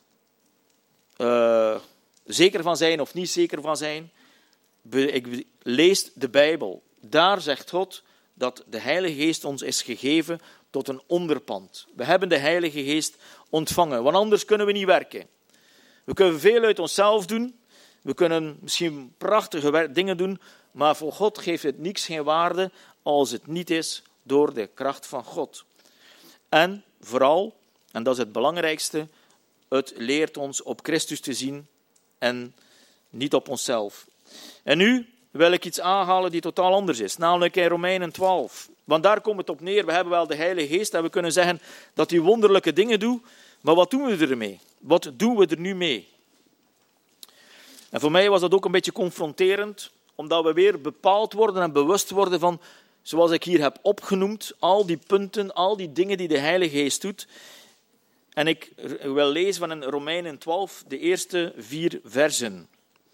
zeker van zijn of niet zeker van zijn. Ik lees de Bijbel. Daar zegt God dat de Heilige Geest ons is gegeven tot een onderpand. We hebben de Heilige Geest ontvangen, want anders kunnen we niet werken. We kunnen veel uit onszelf doen. We kunnen misschien prachtige dingen doen, maar voor God geeft het niks geen waarde als het niet is door de kracht van God. En vooral, en dat is het belangrijkste, het leert ons op Christus te zien en niet op onszelf. En nu wil ik iets aanhalen die totaal anders is, namelijk in Romeinen 12. Want daar komt het op neer, we hebben wel de Heilige Geest en we kunnen zeggen dat hij wonderlijke dingen doet, maar wat doen we ermee? Wat doen we er nu mee? En voor mij was dat ook een beetje confronterend, omdat we weer bepaald worden en bewust worden van, zoals ik hier heb opgenoemd, al die punten, al die dingen die de Heilige Geest doet. En ik wil lezen van in Romeinen 12, de eerste 4 versen.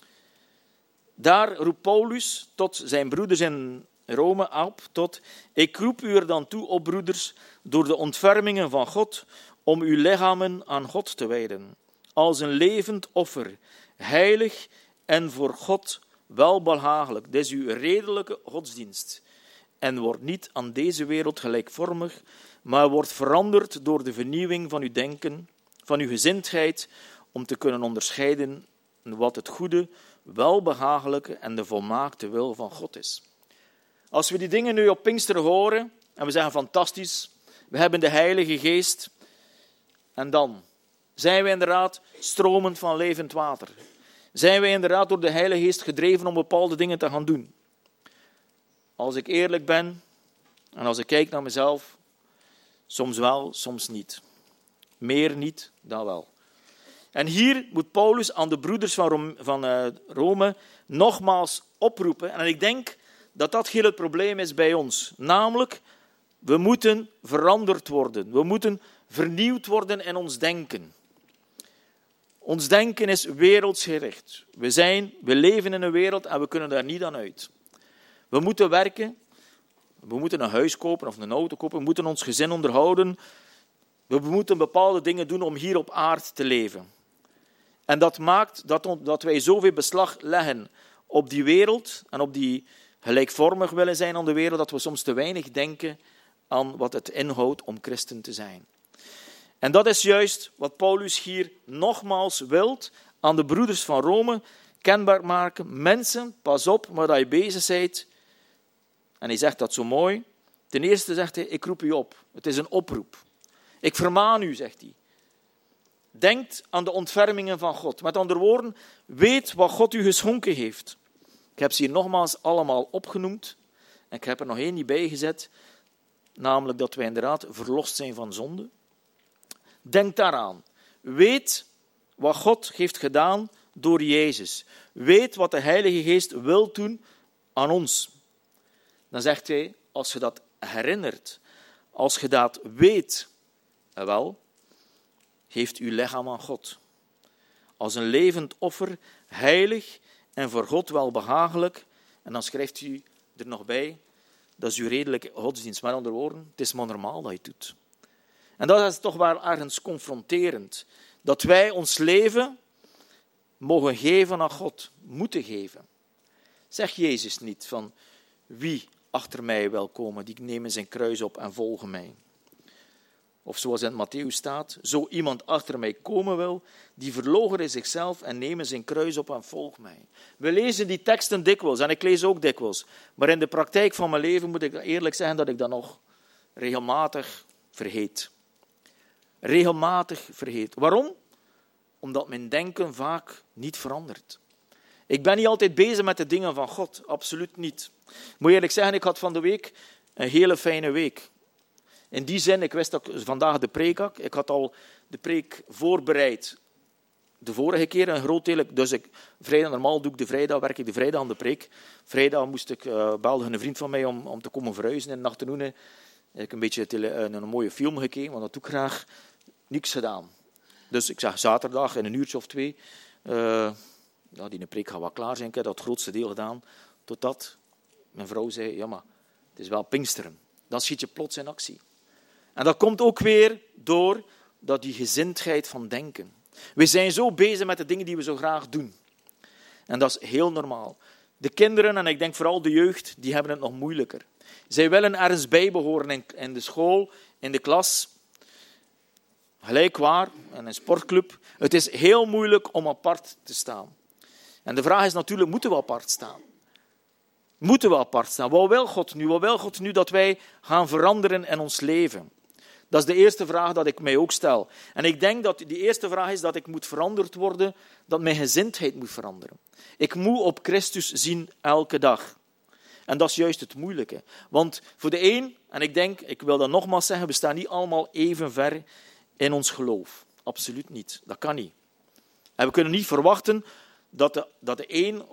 Daar roept Paulus tot zijn broeders in Rome op, ik roep u er dan toe, op broeders, door de ontfermingen van God, om uw lichamen aan God te wijden, als een levend offer, heilig en voor God welbehagelijk. Dit is uw redelijke godsdienst. En wordt niet aan deze wereld gelijkvormig, maar wordt veranderd door de vernieuwing van uw denken, van uw gezindheid, om te kunnen onderscheiden wat het goede, welbehagelijke en de volmaakte wil van God is. Als we die dingen nu op Pinksteren horen en we zeggen fantastisch, we hebben de Heilige Geest, en dan zijn we inderdaad stromend van levend water. Zijn we inderdaad door de Heilige Geest gedreven om bepaalde dingen te gaan doen. Als ik eerlijk ben en als ik kijk naar mezelf, soms wel, soms niet. Meer niet dan wel. En hier moet Paulus aan de broeders van Rome nogmaals oproepen. En ik denk dat dat heel het probleem is bij ons. Namelijk, we moeten veranderd worden. We moeten vernieuwd worden in ons denken. Ons denken is wereldsgericht. We leven in een wereld en we kunnen daar niet aan uit. We moeten werken. We moeten een huis kopen of een auto kopen. We moeten ons gezin onderhouden. We moeten bepaalde dingen doen om hier op aarde te leven. En dat maakt dat wij zoveel beslag leggen op die wereld en op die gelijkvormig willen zijn aan de wereld, dat we soms te weinig denken aan wat het inhoudt om christen te zijn. En dat is juist wat Paulus hier nogmaals wilt aan de broeders van Rome kenbaar maken. Mensen, pas op waar je bezig bent. En hij zegt dat zo mooi. Ten eerste zegt hij, ik roep u op. Het is een oproep. Ik vermaan u, zegt hij. Denkt aan de ontfermingen van God. Met andere woorden, weet wat God u geschonken heeft. Ik heb ze hier nogmaals allemaal opgenoemd. En ik heb er nog één niet bij gezet. Namelijk dat wij inderdaad verlost zijn van zonde. Denk daaraan. Weet wat God heeft gedaan door Jezus. Weet wat de Heilige Geest wil doen aan ons. Dan zegt hij, als je dat herinnert, als je dat weet, wel, geeft uw lichaam aan God. Als een levend offer, heilig en voor God welbehagelijk. En dan schrijft u er nog bij, dat is uw redelijke godsdienst. Met andere woorden, het is maar normaal dat je het doet. En dat is toch wel ergens confronterend. Dat wij ons leven mogen geven aan God, moeten geven. Zeg Jezus niet van, wie achter mij wil komen, die nemen zijn kruis op en volgen mij. Of zoals in Mattheüs staat, zo iemand achter mij komen wil, die verloochenen zichzelf en nemen zijn kruis op en volgt mij. We lezen die teksten dikwijls en ik lees ook dikwijls. Maar in de praktijk van mijn leven moet ik eerlijk zeggen dat ik dat nog regelmatig vergeet. Regelmatig vergeet. Waarom? Omdat mijn denken vaak niet verandert. Ik ben niet altijd bezig met de dingen van God, absoluut niet. Ik moet eerlijk zeggen, ik had van de week een hele fijne week. In die zin, ik wist dat ik vandaag de preek had. Ik had al de preek voorbereid. De vorige keer een groot deel. Dus vrijdag, normaal doe ik de vrijdag, werk ik de vrijdag aan de preek. Vrijdag moest ik, belde een vriend van mij om te komen verhuizen. In de afternoon heb ik een beetje een mooie film gekeken, want dat doe ik graag. Niks gedaan. Dus ik zag zaterdag in een uurtje of 2. Die preek gaat wel klaar zijn. Ik heb dat het grootste deel gedaan. Totdat mijn vrouw zei, ja maar, het is wel Pinksteren. Dan schiet je plots in actie. En dat komt ook weer door die gezindheid van denken. We zijn zo bezig met de dingen die we zo graag doen. En dat is heel normaal. De kinderen, en ik denk vooral de jeugd, die hebben het nog moeilijker. Zij willen ergens bij behoren in de school, in de klas. Gelijk waar, in een sportclub. Het is heel moeilijk om apart te staan. En de vraag is natuurlijk, moeten we apart staan? Moeten we apart staan? Wat wil God nu? Wat wil God nu dat wij gaan veranderen in ons leven? Dat is de eerste vraag dat ik mij ook stel. En ik denk dat die eerste vraag is dat ik moet veranderd worden, dat mijn gezindheid moet veranderen. Ik moet op Christus zien elke dag. En dat is juist het moeilijke. Want voor de een, en ik wil dat nogmaals zeggen, we staan niet allemaal even ver in ons geloof. Absoluut niet. Dat kan niet. En we kunnen niet verwachten dat de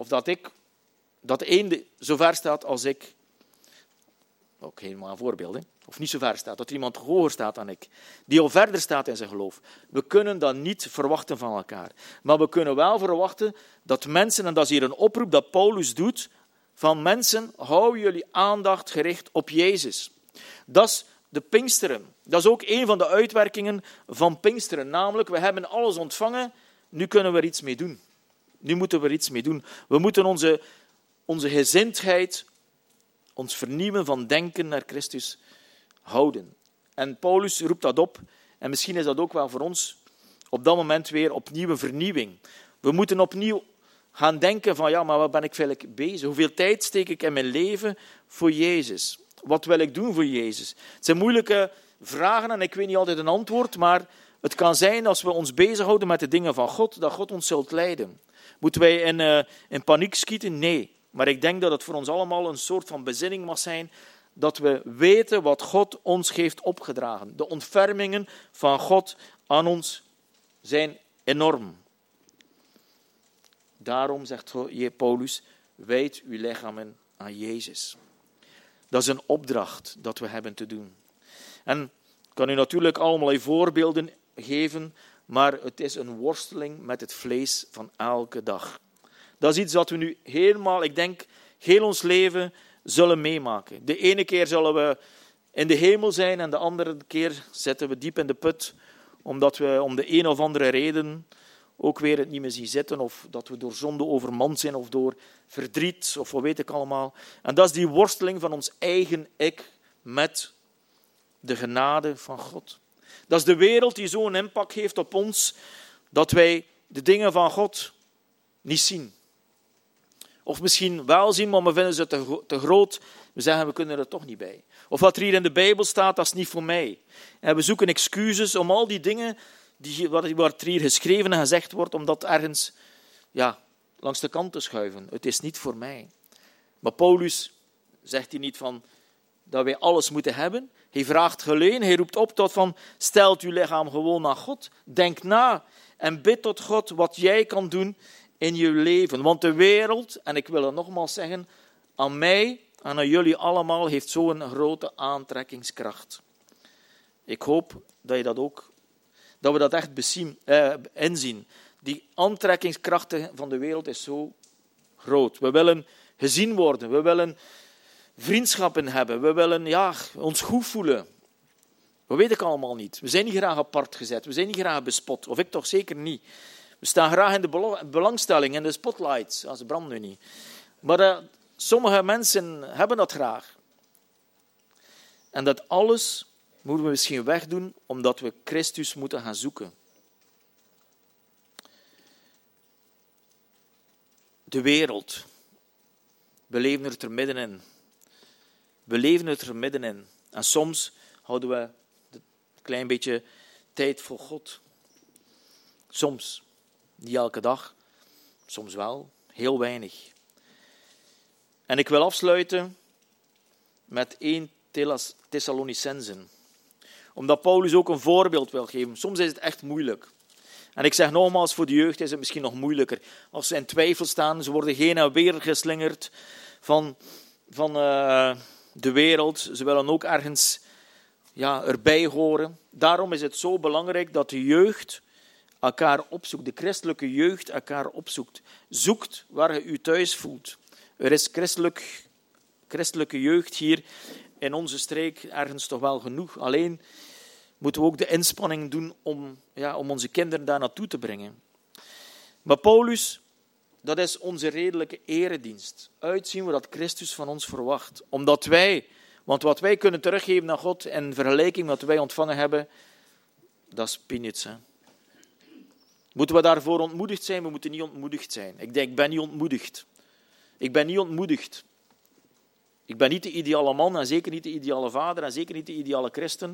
een zo ver staat als ik. Ook helemaal een voorbeeld. Hè? Of niet zo ver staat. Dat er iemand hoger staat dan ik. Die al verder staat in zijn geloof. We kunnen dat niet verwachten van elkaar. Maar we kunnen wel verwachten dat mensen, en dat is hier een oproep dat Paulus doet, van mensen, hou jullie aandacht gericht op Jezus. Dat is de Pinksteren. Dat is ook een van de uitwerkingen van Pinksteren. Namelijk, we hebben alles ontvangen, nu kunnen we er iets mee doen. Nu moeten we er iets mee doen. We moeten onze gezindheid, ons vernieuwen van denken naar Christus houden. En Paulus roept dat op. En misschien is dat ook wel voor ons op dat moment weer opnieuw een vernieuwing. We moeten opnieuw gaan denken van, ja, maar wat ben ik eigenlijk bezig? Hoeveel tijd steek ik in mijn leven voor Jezus? Wat wil ik doen voor Jezus? Het zijn moeilijke vragen en ik weet niet altijd een antwoord, maar het kan zijn als we ons bezighouden met de dingen van God, dat God ons zult leiden. Moeten wij in paniek schieten? Nee. Maar ik denk dat het voor ons allemaal een soort van bezinning mag zijn, dat we weten wat God ons heeft opgedragen. De ontfermingen van God aan ons zijn enorm. Daarom zegt Paulus, wijd uw lichamen aan Jezus. Dat is een opdracht dat we hebben te doen. En ik kan u natuurlijk allemaal voorbeelden geven, maar het is een worsteling met het vlees van elke dag. Dat is iets dat we nu helemaal, ik denk, heel ons leven zullen meemaken. De ene keer zullen we in de hemel zijn en de andere keer zitten we diep in de put, omdat we om de een of andere reden ook weer het niet meer zien zitten, of dat we door zonde overmand zijn, of door verdriet, of wat weet ik allemaal. En dat is die worsteling van ons eigen ik met de genade van God. Dat is de wereld die zo'n impact heeft op ons, dat wij de dingen van God niet zien. Of misschien wel zien, maar we vinden ze te groot. We zeggen, we kunnen er toch niet bij. Of wat er hier in de Bijbel staat, dat is niet voor mij. En we zoeken excuses om al die dingen wat er hier geschreven en gezegd wordt, om dat ergens langs de kant te schuiven. Het is niet voor mij. Maar Paulus zegt hier niet van dat wij alles moeten hebben. Hij vraagt alleen, hij roept op tot van, stelt uw lichaam gewoon naar God. Denk na en bid tot God wat jij kan doen in je leven. Want de wereld, en ik wil het nogmaals zeggen, aan mij en aan jullie allemaal heeft zo'n grote aantrekkingskracht. Ik hoop dat je dat ook, dat we dat echt inzien. Die aantrekkingskracht van de wereld is zo groot. We willen gezien worden, we willen vriendschappen hebben, we willen ons goed voelen. Dat weet ik allemaal niet. We zijn niet graag apart gezet, we zijn niet graag bespot, of ik toch zeker niet. We staan graag in de belangstelling, in de spotlights, ze branden nu niet. Maar sommige mensen hebben dat graag. En dat alles moeten we misschien wegdoen, omdat we Christus moeten gaan zoeken. De wereld. We leven er middenin. We leven er middenin. En soms houden we een klein beetje tijd voor God. Soms. Niet elke dag. Soms wel. Heel weinig. En ik wil afsluiten met 1 Thessalonicenzen. Omdat Paulus ook een voorbeeld wil geven. Soms is het echt moeilijk. En ik zeg nogmaals, voor de jeugd is het misschien nog moeilijker. Als ze in twijfel staan, ze worden heen en weer geslingerd van de wereld. Ze willen ook ergens erbij horen. Daarom is het zo belangrijk dat de jeugd elkaar opzoekt. De christelijke jeugd elkaar opzoekt. Zoekt waar je u thuis voelt. Er is christelijke jeugd hier in onze streek ergens toch wel genoeg. Alleen moeten we ook de inspanning doen om onze kinderen daar naartoe te brengen. Maar Paulus, dat is onze redelijke eredienst. Uitzien wat Christus van ons verwacht. Want wat wij kunnen teruggeven aan God in vergelijking met wat wij ontvangen hebben, dat is peanuts. Hè? Moeten we daarvoor ontmoedigd zijn? We moeten niet ontmoedigd zijn. Ik ben niet ontmoedigd. Ik ben niet ontmoedigd. Ik ben niet de ideale man en zeker niet de ideale vader en zeker niet de ideale christen.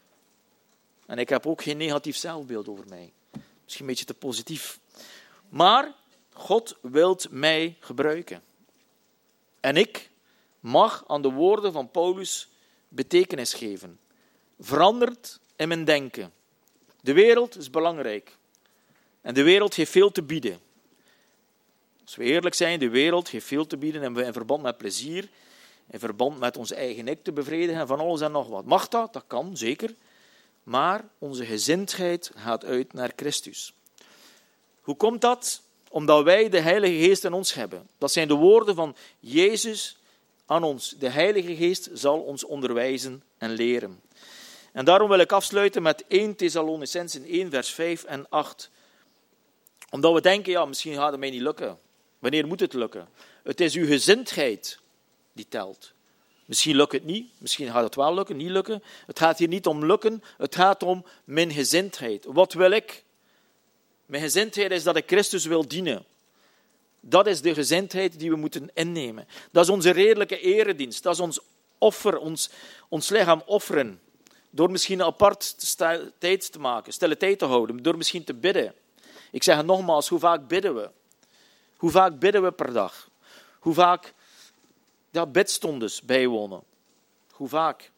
En ik heb ook geen negatief zelfbeeld over mij. Misschien een beetje te positief. Maar God wil mij gebruiken. En ik mag aan de woorden van Paulus betekenis geven. Veranderd in mijn denken. De wereld is belangrijk. En de wereld heeft veel te bieden. Als we eerlijk zijn, de wereld heeft veel te bieden en we in verband met plezier, in verband met onze eigen ik te bevredigen en van alles en nog wat. Mag dat? Dat kan, zeker. Maar onze gezindheid gaat uit naar Christus. Hoe komt dat? Omdat wij de Heilige Geest in ons hebben. Dat zijn de woorden van Jezus aan ons. De Heilige Geest zal ons onderwijzen en leren. En daarom wil ik afsluiten met 1 Thessalonicenzen 1, vers 5 en 8. Omdat we denken, misschien gaat het mij niet lukken. Wanneer moet het lukken? Het is uw gezindheid die telt. Misschien lukt het niet, misschien gaat het wel lukken, niet lukken. Het gaat hier niet om lukken, het gaat om mijn gezindheid. Wat wil ik? Mijn gezindheid is dat ik Christus wil dienen. Dat is de gezindheid die we moeten innemen. Dat is onze redelijke eredienst. Dat is ons offer, ons lichaam offeren. Door misschien een apart tijd te maken, stille tijd te houden. Door misschien te bidden. Ik zeg het nogmaals, hoe vaak bidden we? Hoe vaak bidden we per dag? Hoe vaak bidstondes bijwonen? Hoe vaak?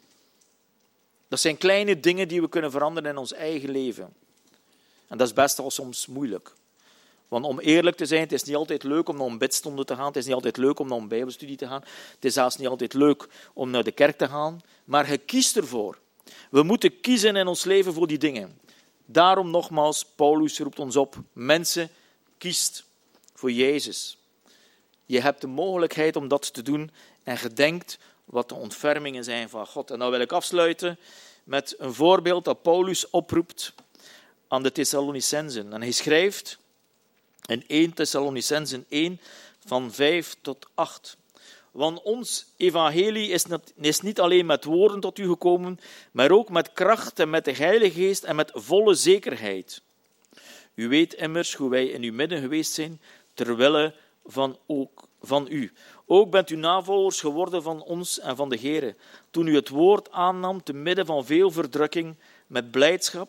Dat zijn kleine dingen die we kunnen veranderen in ons eigen leven. En dat is best wel soms moeilijk. Want om eerlijk te zijn, het is niet altijd leuk om naar een bidstonde te gaan. Het is niet altijd leuk om naar een bijbelstudie te gaan. Het is zelfs niet altijd leuk om naar de kerk te gaan. Maar je kiest ervoor. We moeten kiezen in ons leven voor die dingen. Daarom nogmaals, Paulus roept ons op. Mensen, kiest voor Jezus. Je hebt de mogelijkheid om dat te doen en gedenkt wat de ontfermingen zijn van God. En dan wil ik afsluiten met een voorbeeld dat Paulus oproept aan de Thessalonicenzen. En hij schrijft in 1 Thessalonicenzen 1 van 5 tot 8. Want ons evangelie is niet alleen met woorden tot u gekomen, maar ook met kracht en met de Heilige Geest en met volle zekerheid. U weet immers hoe wij in uw midden geweest zijn, ter wille van u. Ook bent u navolgers geworden van ons en van de Heere, toen u het woord aannam te midden van veel verdrukking, met blijdschap,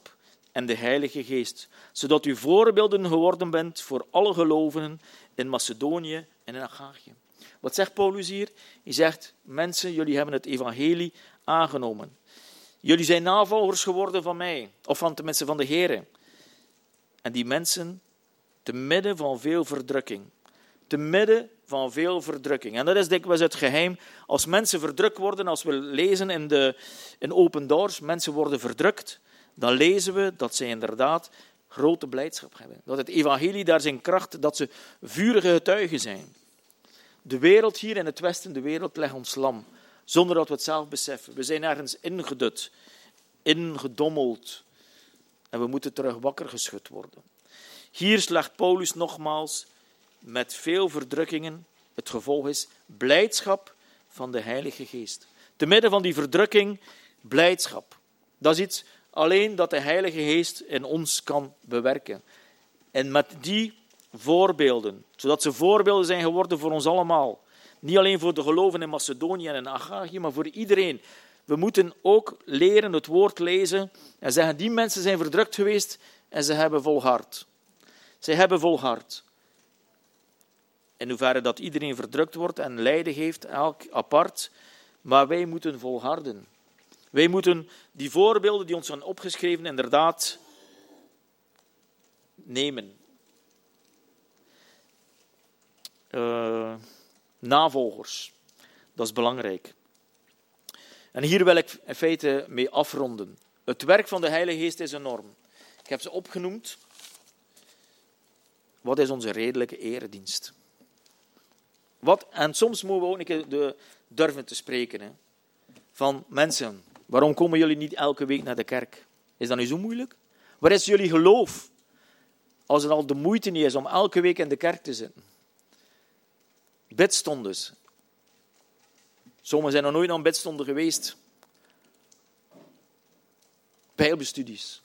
en de Heilige Geest, zodat u voorbeelden geworden bent voor alle gelovigen in Macedonië en in Achaïe. Wat zegt Paulus hier? Hij zegt, mensen, jullie hebben het evangelie aangenomen. Jullie zijn navolgers geworden van mij, of van de mensen van de Here. En die mensen, te midden van veel verdrukking. Te midden van veel verdrukking. En dat is dikwijls het geheim. Als mensen verdrukt worden, als we lezen in Open Doors, mensen worden verdrukt, dan lezen we dat zij inderdaad grote blijdschap hebben. Dat het evangelie daar zijn kracht, dat ze vurige getuigen zijn. De wereld hier in het Westen, de wereld legt ons lam, zonder dat we het zelf beseffen. We zijn ergens ingedut, ingedommeld en we moeten terug wakker geschud worden. Hier slaagt Paulus nogmaals met veel verdrukkingen. Het gevolg is blijdschap van de Heilige Geest. Te midden van die verdrukking, blijdschap. Dat is iets alleen dat de Heilige Geest in ons kan bewerken. En met die voorbeelden, zodat ze voorbeelden zijn geworden voor ons allemaal. Niet alleen voor de gelovigen in Macedonië en in Achaïe, maar voor iedereen. We moeten ook leren het woord lezen en zeggen, die mensen zijn verdrukt geweest en ze hebben volhard. Ze hebben volhard. In hoeverre dat iedereen verdrukt wordt en lijden heeft, elk apart, maar wij moeten volharden. Wij moeten die voorbeelden die ons zijn opgeschreven inderdaad nemen. Navolgers, dat is belangrijk. En hier wil ik in feite mee afronden. Het werk van de Heilige Geest is enorm. Ik heb ze opgenoemd. Wat is onze redelijke eredienst? En soms moeten we ook een keer durven te spreken. Hè? Van mensen, waarom komen jullie niet elke week naar de kerk? Is dat nu zo moeilijk? Waar is jullie geloof? Als het al de moeite niet is om elke week in de kerk te zitten. Bidstondes. Sommigen zijn nog nooit aan bidstonden geweest. Bijbelstudies.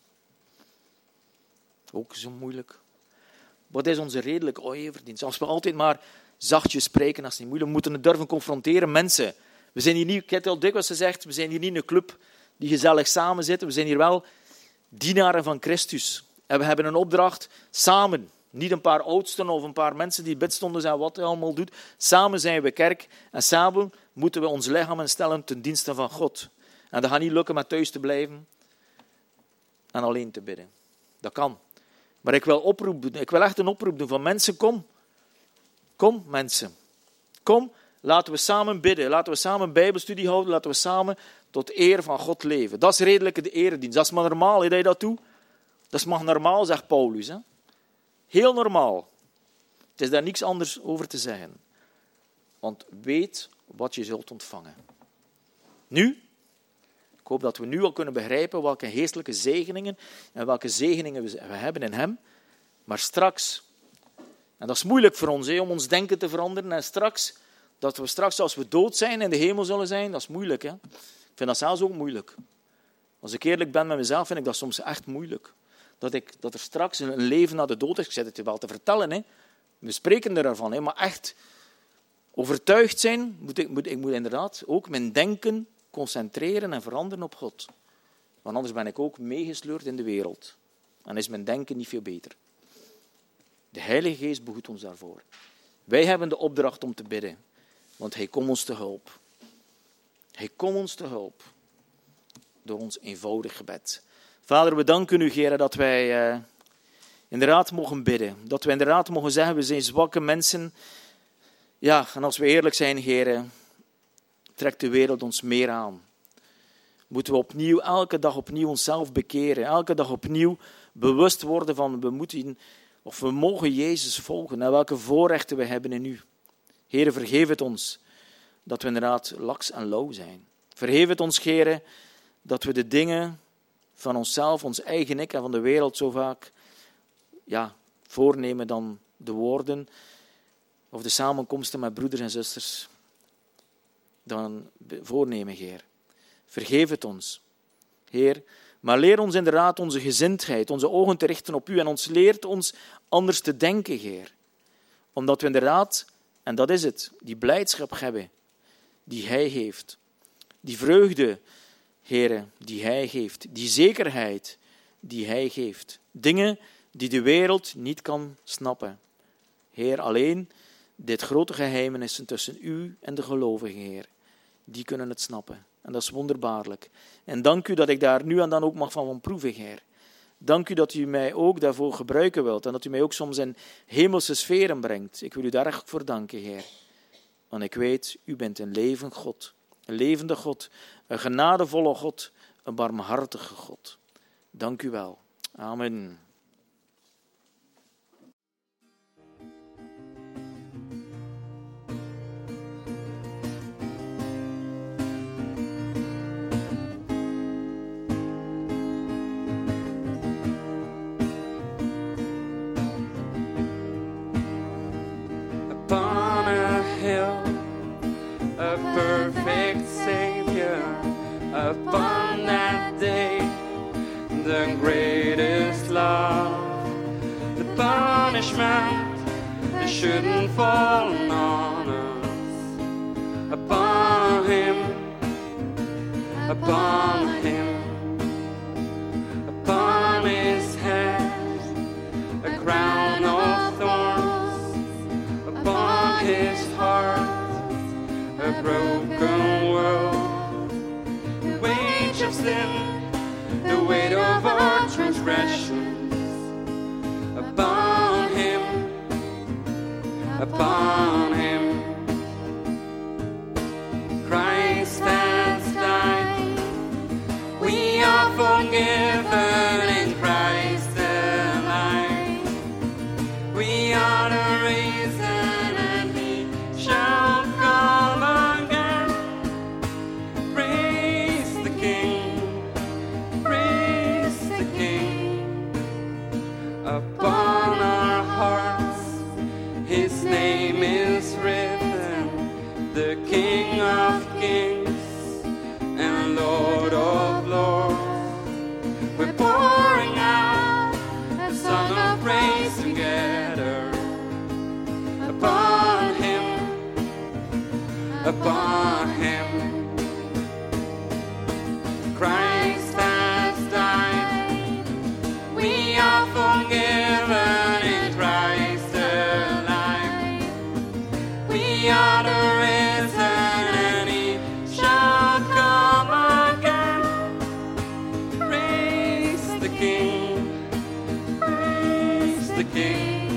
Ook zo moeilijk. Wat is onze redelijke eredienst? Als we altijd maar zachtjes spreken, als het niet moeilijk, we moeten het durven confronteren. Mensen, we zijn hier niet, ik heb het al dikwijls gezegd, we zijn hier niet een club die gezellig samen zitten. We zijn hier wel dienaren van Christus. En we hebben een opdracht samen. Niet een paar oudsten of een paar mensen die bidstonden zijn, wat hij allemaal doet. Samen zijn we kerk en samen moeten we ons lichaam instellen ten dienste van God. En dat gaat niet lukken met thuis te blijven en alleen te bidden. Dat kan. Maar ik wil echt een oproep doen van mensen, kom. Kom mensen. Kom, laten we samen bidden. Laten we samen bijbelstudie houden. Laten we samen tot eer van God leven. Dat is redelijk de eredienst. Dat is maar normaal, dat je dat doet. Dat is maar normaal, zegt Paulus. Hè? Heel normaal. Het is daar niks anders over te zeggen. Want weet wat je zult ontvangen. Nu, ik hoop dat we nu al kunnen begrijpen welke geestelijke zegeningen en welke zegeningen we hebben in hem. Maar straks, en dat is moeilijk voor ons, om ons denken te veranderen. En dat we straks als we dood zijn in de hemel zullen zijn, dat is moeilijk. Hè? Ik vind dat zelfs ook moeilijk. Als ik eerlijk ben met mezelf, vind ik dat soms echt moeilijk. Dat er straks een leven na de dood is. Ik zit het je wel te vertellen. Hè. We spreken ervan. Hè. Maar echt overtuigd zijn, ik moet inderdaad ook mijn denken concentreren en veranderen op God. Want anders ben ik ook meegesleurd in de wereld. En is mijn denken niet veel beter. De Heilige Geest behoedt ons daarvoor. Wij hebben de opdracht om te bidden. Want Hij komt ons te hulp. Hij komt ons te hulp. Door ons eenvoudig gebed. Vader, we danken u, Heer, dat wij inderdaad mogen bidden. Dat we inderdaad mogen zeggen, we zijn zwakke mensen. Ja, en als we eerlijk zijn, Heer, trekt de wereld ons meer aan. Moeten we opnieuw, elke dag opnieuw onszelf bekeren. Elke dag opnieuw bewust worden van, we mogen Jezus volgen. En welke voorrechten we hebben in u. Heer, vergeef het ons dat we inderdaad laks en lauw zijn. Vergeef het ons, Heer, dat we de dingen van onszelf, ons eigen ik en van de wereld zo vaak voornemen dan de woorden of de samenkomsten met broeders en zusters dan voornemen, Heer. Vergeef het ons, Heer, maar leer ons inderdaad onze gezindheid, onze ogen te richten op u en ons leert ons anders te denken, Heer. Omdat we inderdaad, en dat is het, die blijdschap hebben die Hij heeft, die vreugde, Heere, die Hij geeft, die zekerheid die hij geeft. Dingen die de wereld niet kan snappen. Heer, alleen dit grote geheimenissen tussen u en de gelovigen, Heer, die kunnen het snappen. En dat is wonderbaarlijk. En dank u dat ik daar nu en dan ook mag van proeven, Heer. Dank u dat u mij ook daarvoor gebruiken wilt en dat u mij ook soms in hemelse sferen brengt. Ik wil u daar echt voor danken, Heer. Want ik weet, u bent een levend God, een levende God, een genadevolle God, een barmhartige God. Dank u wel. Amen. Upon a hill, a perfect Savior, upon that day, the greatest love, the punishment that shouldn't fall on us, upon Him, upon Him, upon His head, a crown of thorns, upon His heart, a broken world, the wage of sin, the weight of our transgressions, upon Him, upon Him. Christ has died, we are forgiven in Christ alive, we are the risen and He shall come again. Praise the King, praise the King. Upon our hearts His name is written, the King of kings and Lord of lords. We're pouring out a song of praise together, upon Him, upon Him. Christ has died, we are forgiven in Christ alive, we are the risen and He shall come again. Praise the King, praise the King.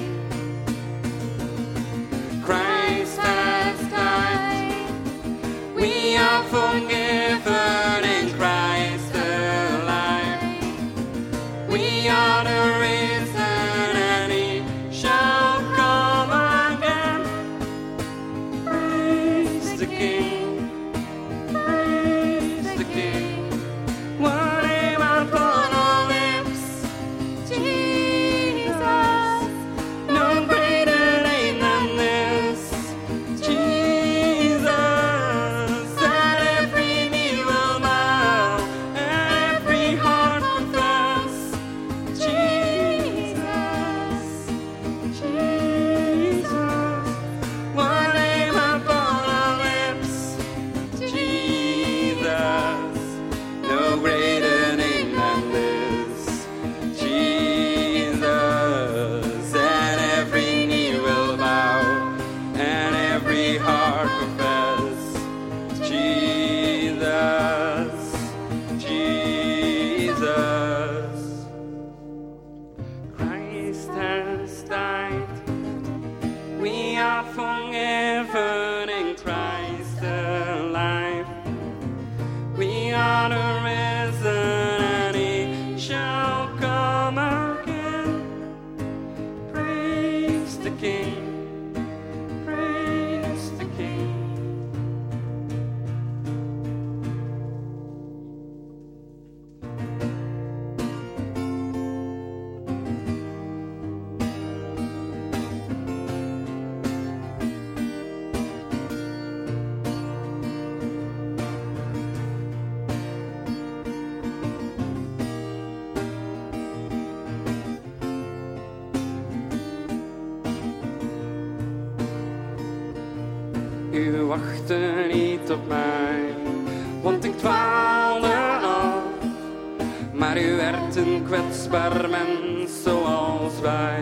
Christ has died, we are forgiven in Christ alive, we are the risen and He shall come again. Praise the King, praise the King. One name upon our lips, Jesus, no greater name than this, Jesus, that every knee will bow and every heart confess, Jesus, Jesus. One name upon our lips, Jesus, no greater name than this, Jesus, and every knee will bow and every heart confess, Jesus, Jesus. Christ has died, we are forgiven in Christ alive, we are the risen and He shall come again. Praise the King, praise the King. U wachtte niet op mij, want ik dwaalde af. maar u werd een kwetsbaar mens zoals wij.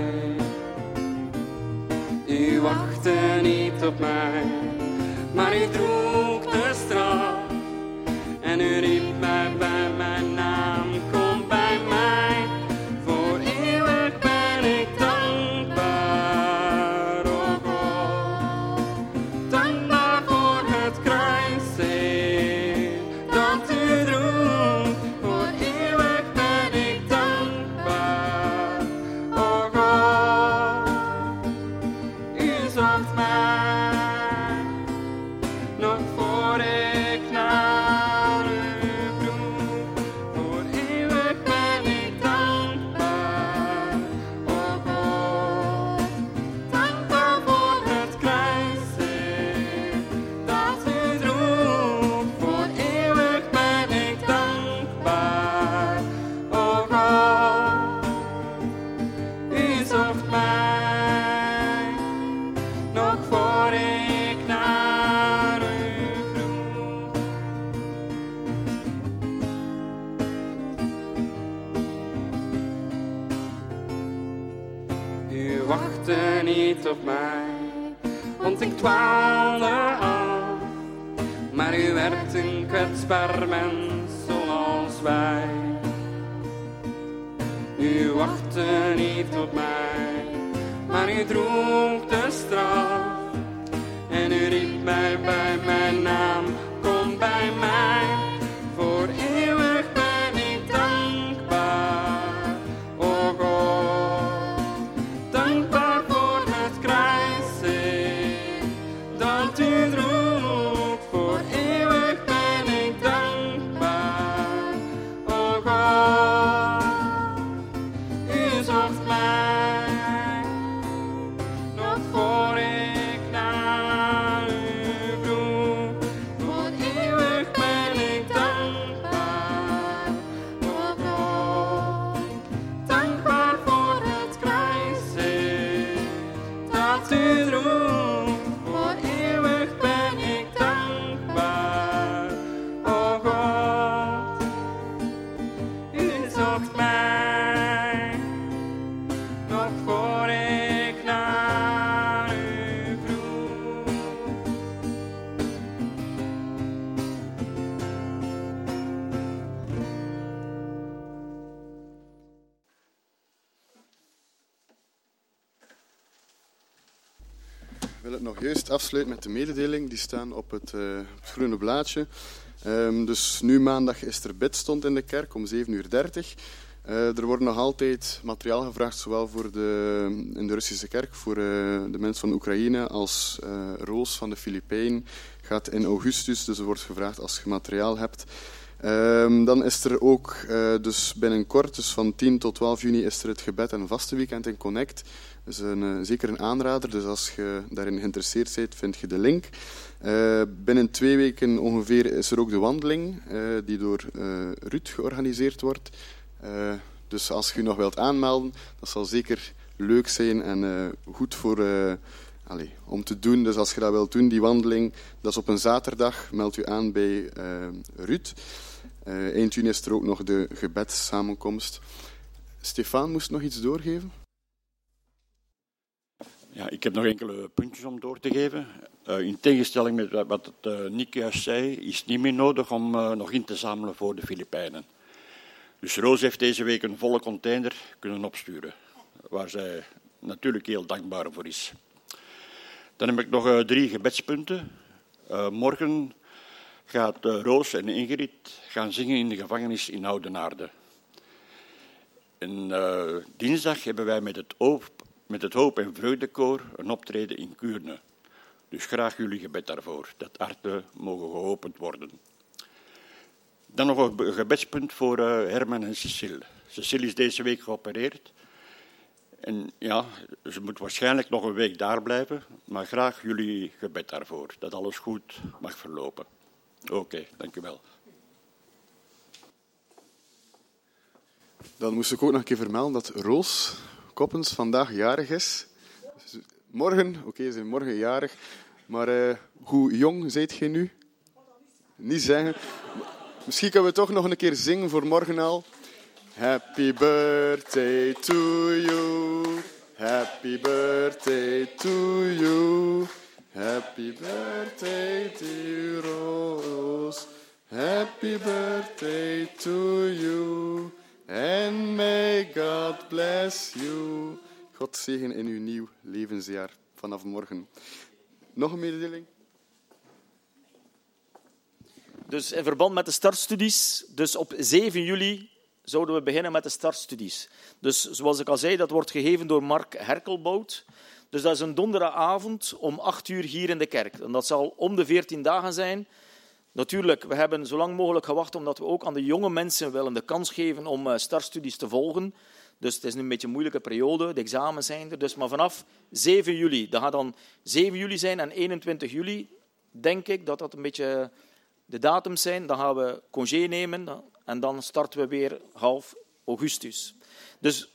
U wachtte niet op mij, maar u droeg de straf. En u riep mij bij mijn naam, kom bij mij. Voor eeuwig ben ik dankbaar, oh God. Dankbaar voor het kruis, Heer, dat u droeg. Voor eeuwig ben ik dankbaar, oh God. U zocht mij, nog voor ik naar u vroeg. Voor eeuwig ben ik dankbaar, oh God. Dankbaar voor het kruis, Heer, dat u droeg. Voor eeuwig ben ik dankbaar, oh God. U zocht mij, nog voor ik naar u vroeg. U wachtte niet op mij, want ik dwaalde af. Maar u werd een kwetsbaar mens zoals wij. U wachtte niet op mij, maar u droeg de straf. En u riep mij bij mijn naam, kom bij mij. Voor eeuwig ben ik dankbaar, oh God. Dankbaar voor het kruis, Heer, dat u droeg. Voor eeuwig ben ik dankbaar, oh God. U zocht mij, nog voor ik naar u vroeg. Voor eeuwig ben ik dankbaar, oh God. Dankbaar voor het kruis, Heer, dat u droeg. Voor eeuwig ben ik dankbaar, oh God. U zocht mij, nog voor ik naar u vroeg. Ik wil het nog juist afsluiten met de mededeling. Die staan op het groene blaadje. Dus nu maandag is er bidstond in de kerk om 7:30. Er wordt nog altijd materiaal gevraagd, zowel voor in de Russische kerk, voor de mensen van Oekraïne, als Roos van de Filipijnen gaat in augustus. Dus er wordt gevraagd als je materiaal hebt. Dan is er ook dus binnenkort, dus van 10 tot 12 juni, is er het gebed- en vastenweekend in Connect. Dat is zeker een aanrader, dus als je daarin geïnteresseerd bent, vind je de link. Binnen 2 weken ongeveer is er ook de wandeling, die door Ruud georganiseerd wordt. Dus als je je nog wilt aanmelden, dat zal zeker leuk zijn en goed voor, om te doen. Dus als je dat wilt doen, die wandeling, dat is op een zaterdag. Meld u aan bij Ruud. Eind juni is er ook nog de gebedssamenkomst. Stefan moest nog iets doorgeven? Ja, ik heb nog enkele puntjes om door te geven. In tegenstelling met wat Nick juist zei, is het niet meer nodig om nog in te zamelen voor de Filipijnen. Dus Roos heeft deze week een volle container kunnen opsturen, waar zij natuurlijk heel dankbaar voor is. Dan heb ik nog 3 gebedspunten. Morgen gaat Roos en Ingrid gaan zingen in de gevangenis in Oudenaarde. En dinsdag hebben wij met het Hoop- en Vreugdekoor een optreden in Kuurne. Dus graag jullie gebed daarvoor, dat harten mogen geopend worden. Dan nog een gebedspunt voor Herman en Cecile. Cecile is deze week geopereerd. En ja, ze moet waarschijnlijk nog een week daar blijven, maar graag jullie gebed daarvoor, dat alles goed mag verlopen. Oké, dank u wel. Dan moest ik ook nog een keer vermelden dat Roos Koppens vandaag jarig is. Morgen, ze zijn morgen jarig. Maar hoe jong zijt jij nu? Niet zeggen. Misschien kunnen we toch nog een keer zingen voor morgen al. Happy birthday to you. Happy birthday to you. Happy birthday, dear Rose. Happy birthday to you. And may God bless you. God zegen in uw nieuw levensjaar vanaf morgen. Nog een mededeling? Dus in verband met de startstudies, dus op 7 juli zouden we beginnen met de startstudies. Dus zoals ik al zei, dat wordt gegeven door Mark Herkelbout. Dus dat is een donderdagavond om 8 uur hier in de kerk. En dat zal om de 14 dagen zijn. Natuurlijk, we hebben zo lang mogelijk gewacht omdat we ook aan de jonge mensen willen de kans geven om startstudies te volgen. Dus het is nu een beetje een moeilijke periode, de examens zijn er. Dus, maar vanaf 7 juli, dat gaat dan 7 juli zijn en 21 juli, denk ik dat dat een beetje de datums zijn. Dan gaan we congé nemen en dan starten we weer half augustus. Dus,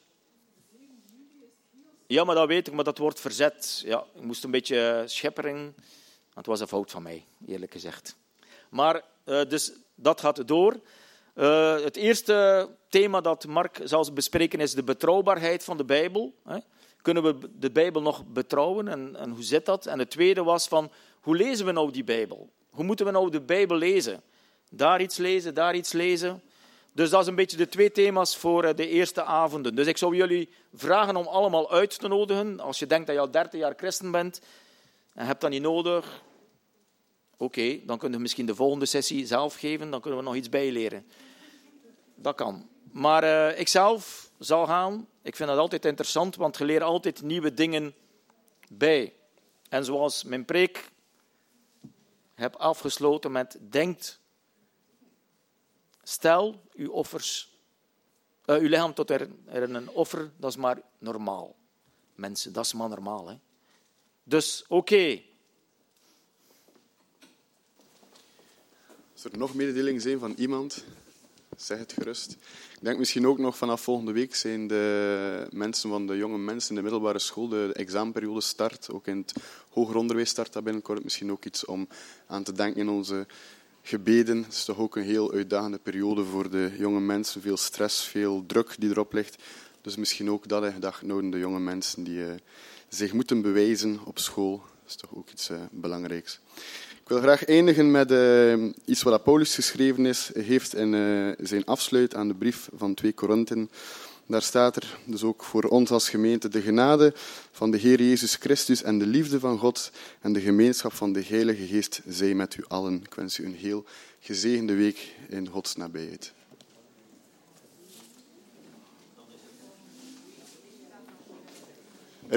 ja, maar dat weet ik, maar dat wordt verzet. Ja, ik moest een beetje schepperen. Het was een fout van mij, eerlijk gezegd. Maar dus dat gaat door. Het eerste thema dat Mark zal bespreken is de betrouwbaarheid van de Bijbel. Kunnen we de Bijbel nog betrouwen en hoe zit dat? En het tweede was van, hoe lezen we nou die Bijbel? Hoe moeten we nou de Bijbel lezen? Daar iets lezen, daar iets lezen. Dus dat is een beetje de 2 thema's voor de eerste avonden. Dus ik zou jullie vragen om allemaal uit te nodigen. Als je denkt dat je al 30 jaar christen bent en hebt dat niet nodig, oké, dan kunnen we misschien de volgende sessie zelf geven. Dan kunnen we nog iets bijleren. Dat kan. Maar ik zelf zal gaan. Ik vind dat altijd interessant, want je leert altijd nieuwe dingen bij. En zoals mijn preek heb afgesloten met denkt, stel uw offers, uw lichaam tot er een offer, dat is maar normaal. Mensen, dat is maar normaal. Hè? Dus oké. Als er nog mededelingen zijn van iemand, zeg het gerust. Ik denk misschien ook nog vanaf volgende week zijn de mensen van de jonge mensen in de middelbare school, de examenperiode start, ook in het hoger onderwijs start dat binnenkort. Misschien ook iets om aan te denken in onze gebeden. Het is toch ook een heel uitdagende periode voor de jonge mensen. Veel stress, veel druk die erop ligt. Dus misschien ook dat in gedachten houden, de jonge mensen die zich moeten bewijzen op school. Dat is toch ook iets belangrijks. Ik wil graag eindigen met iets wat Paulus geschreven heeft in zijn afsluit aan de brief van 2 Korinthen. Daar staat er dus ook voor ons als gemeente de genade van de Heer Jezus Christus en de liefde van God en de gemeenschap van de Heilige Geest zij met u allen. Ik wens u een heel gezegende week in Gods nabijheid.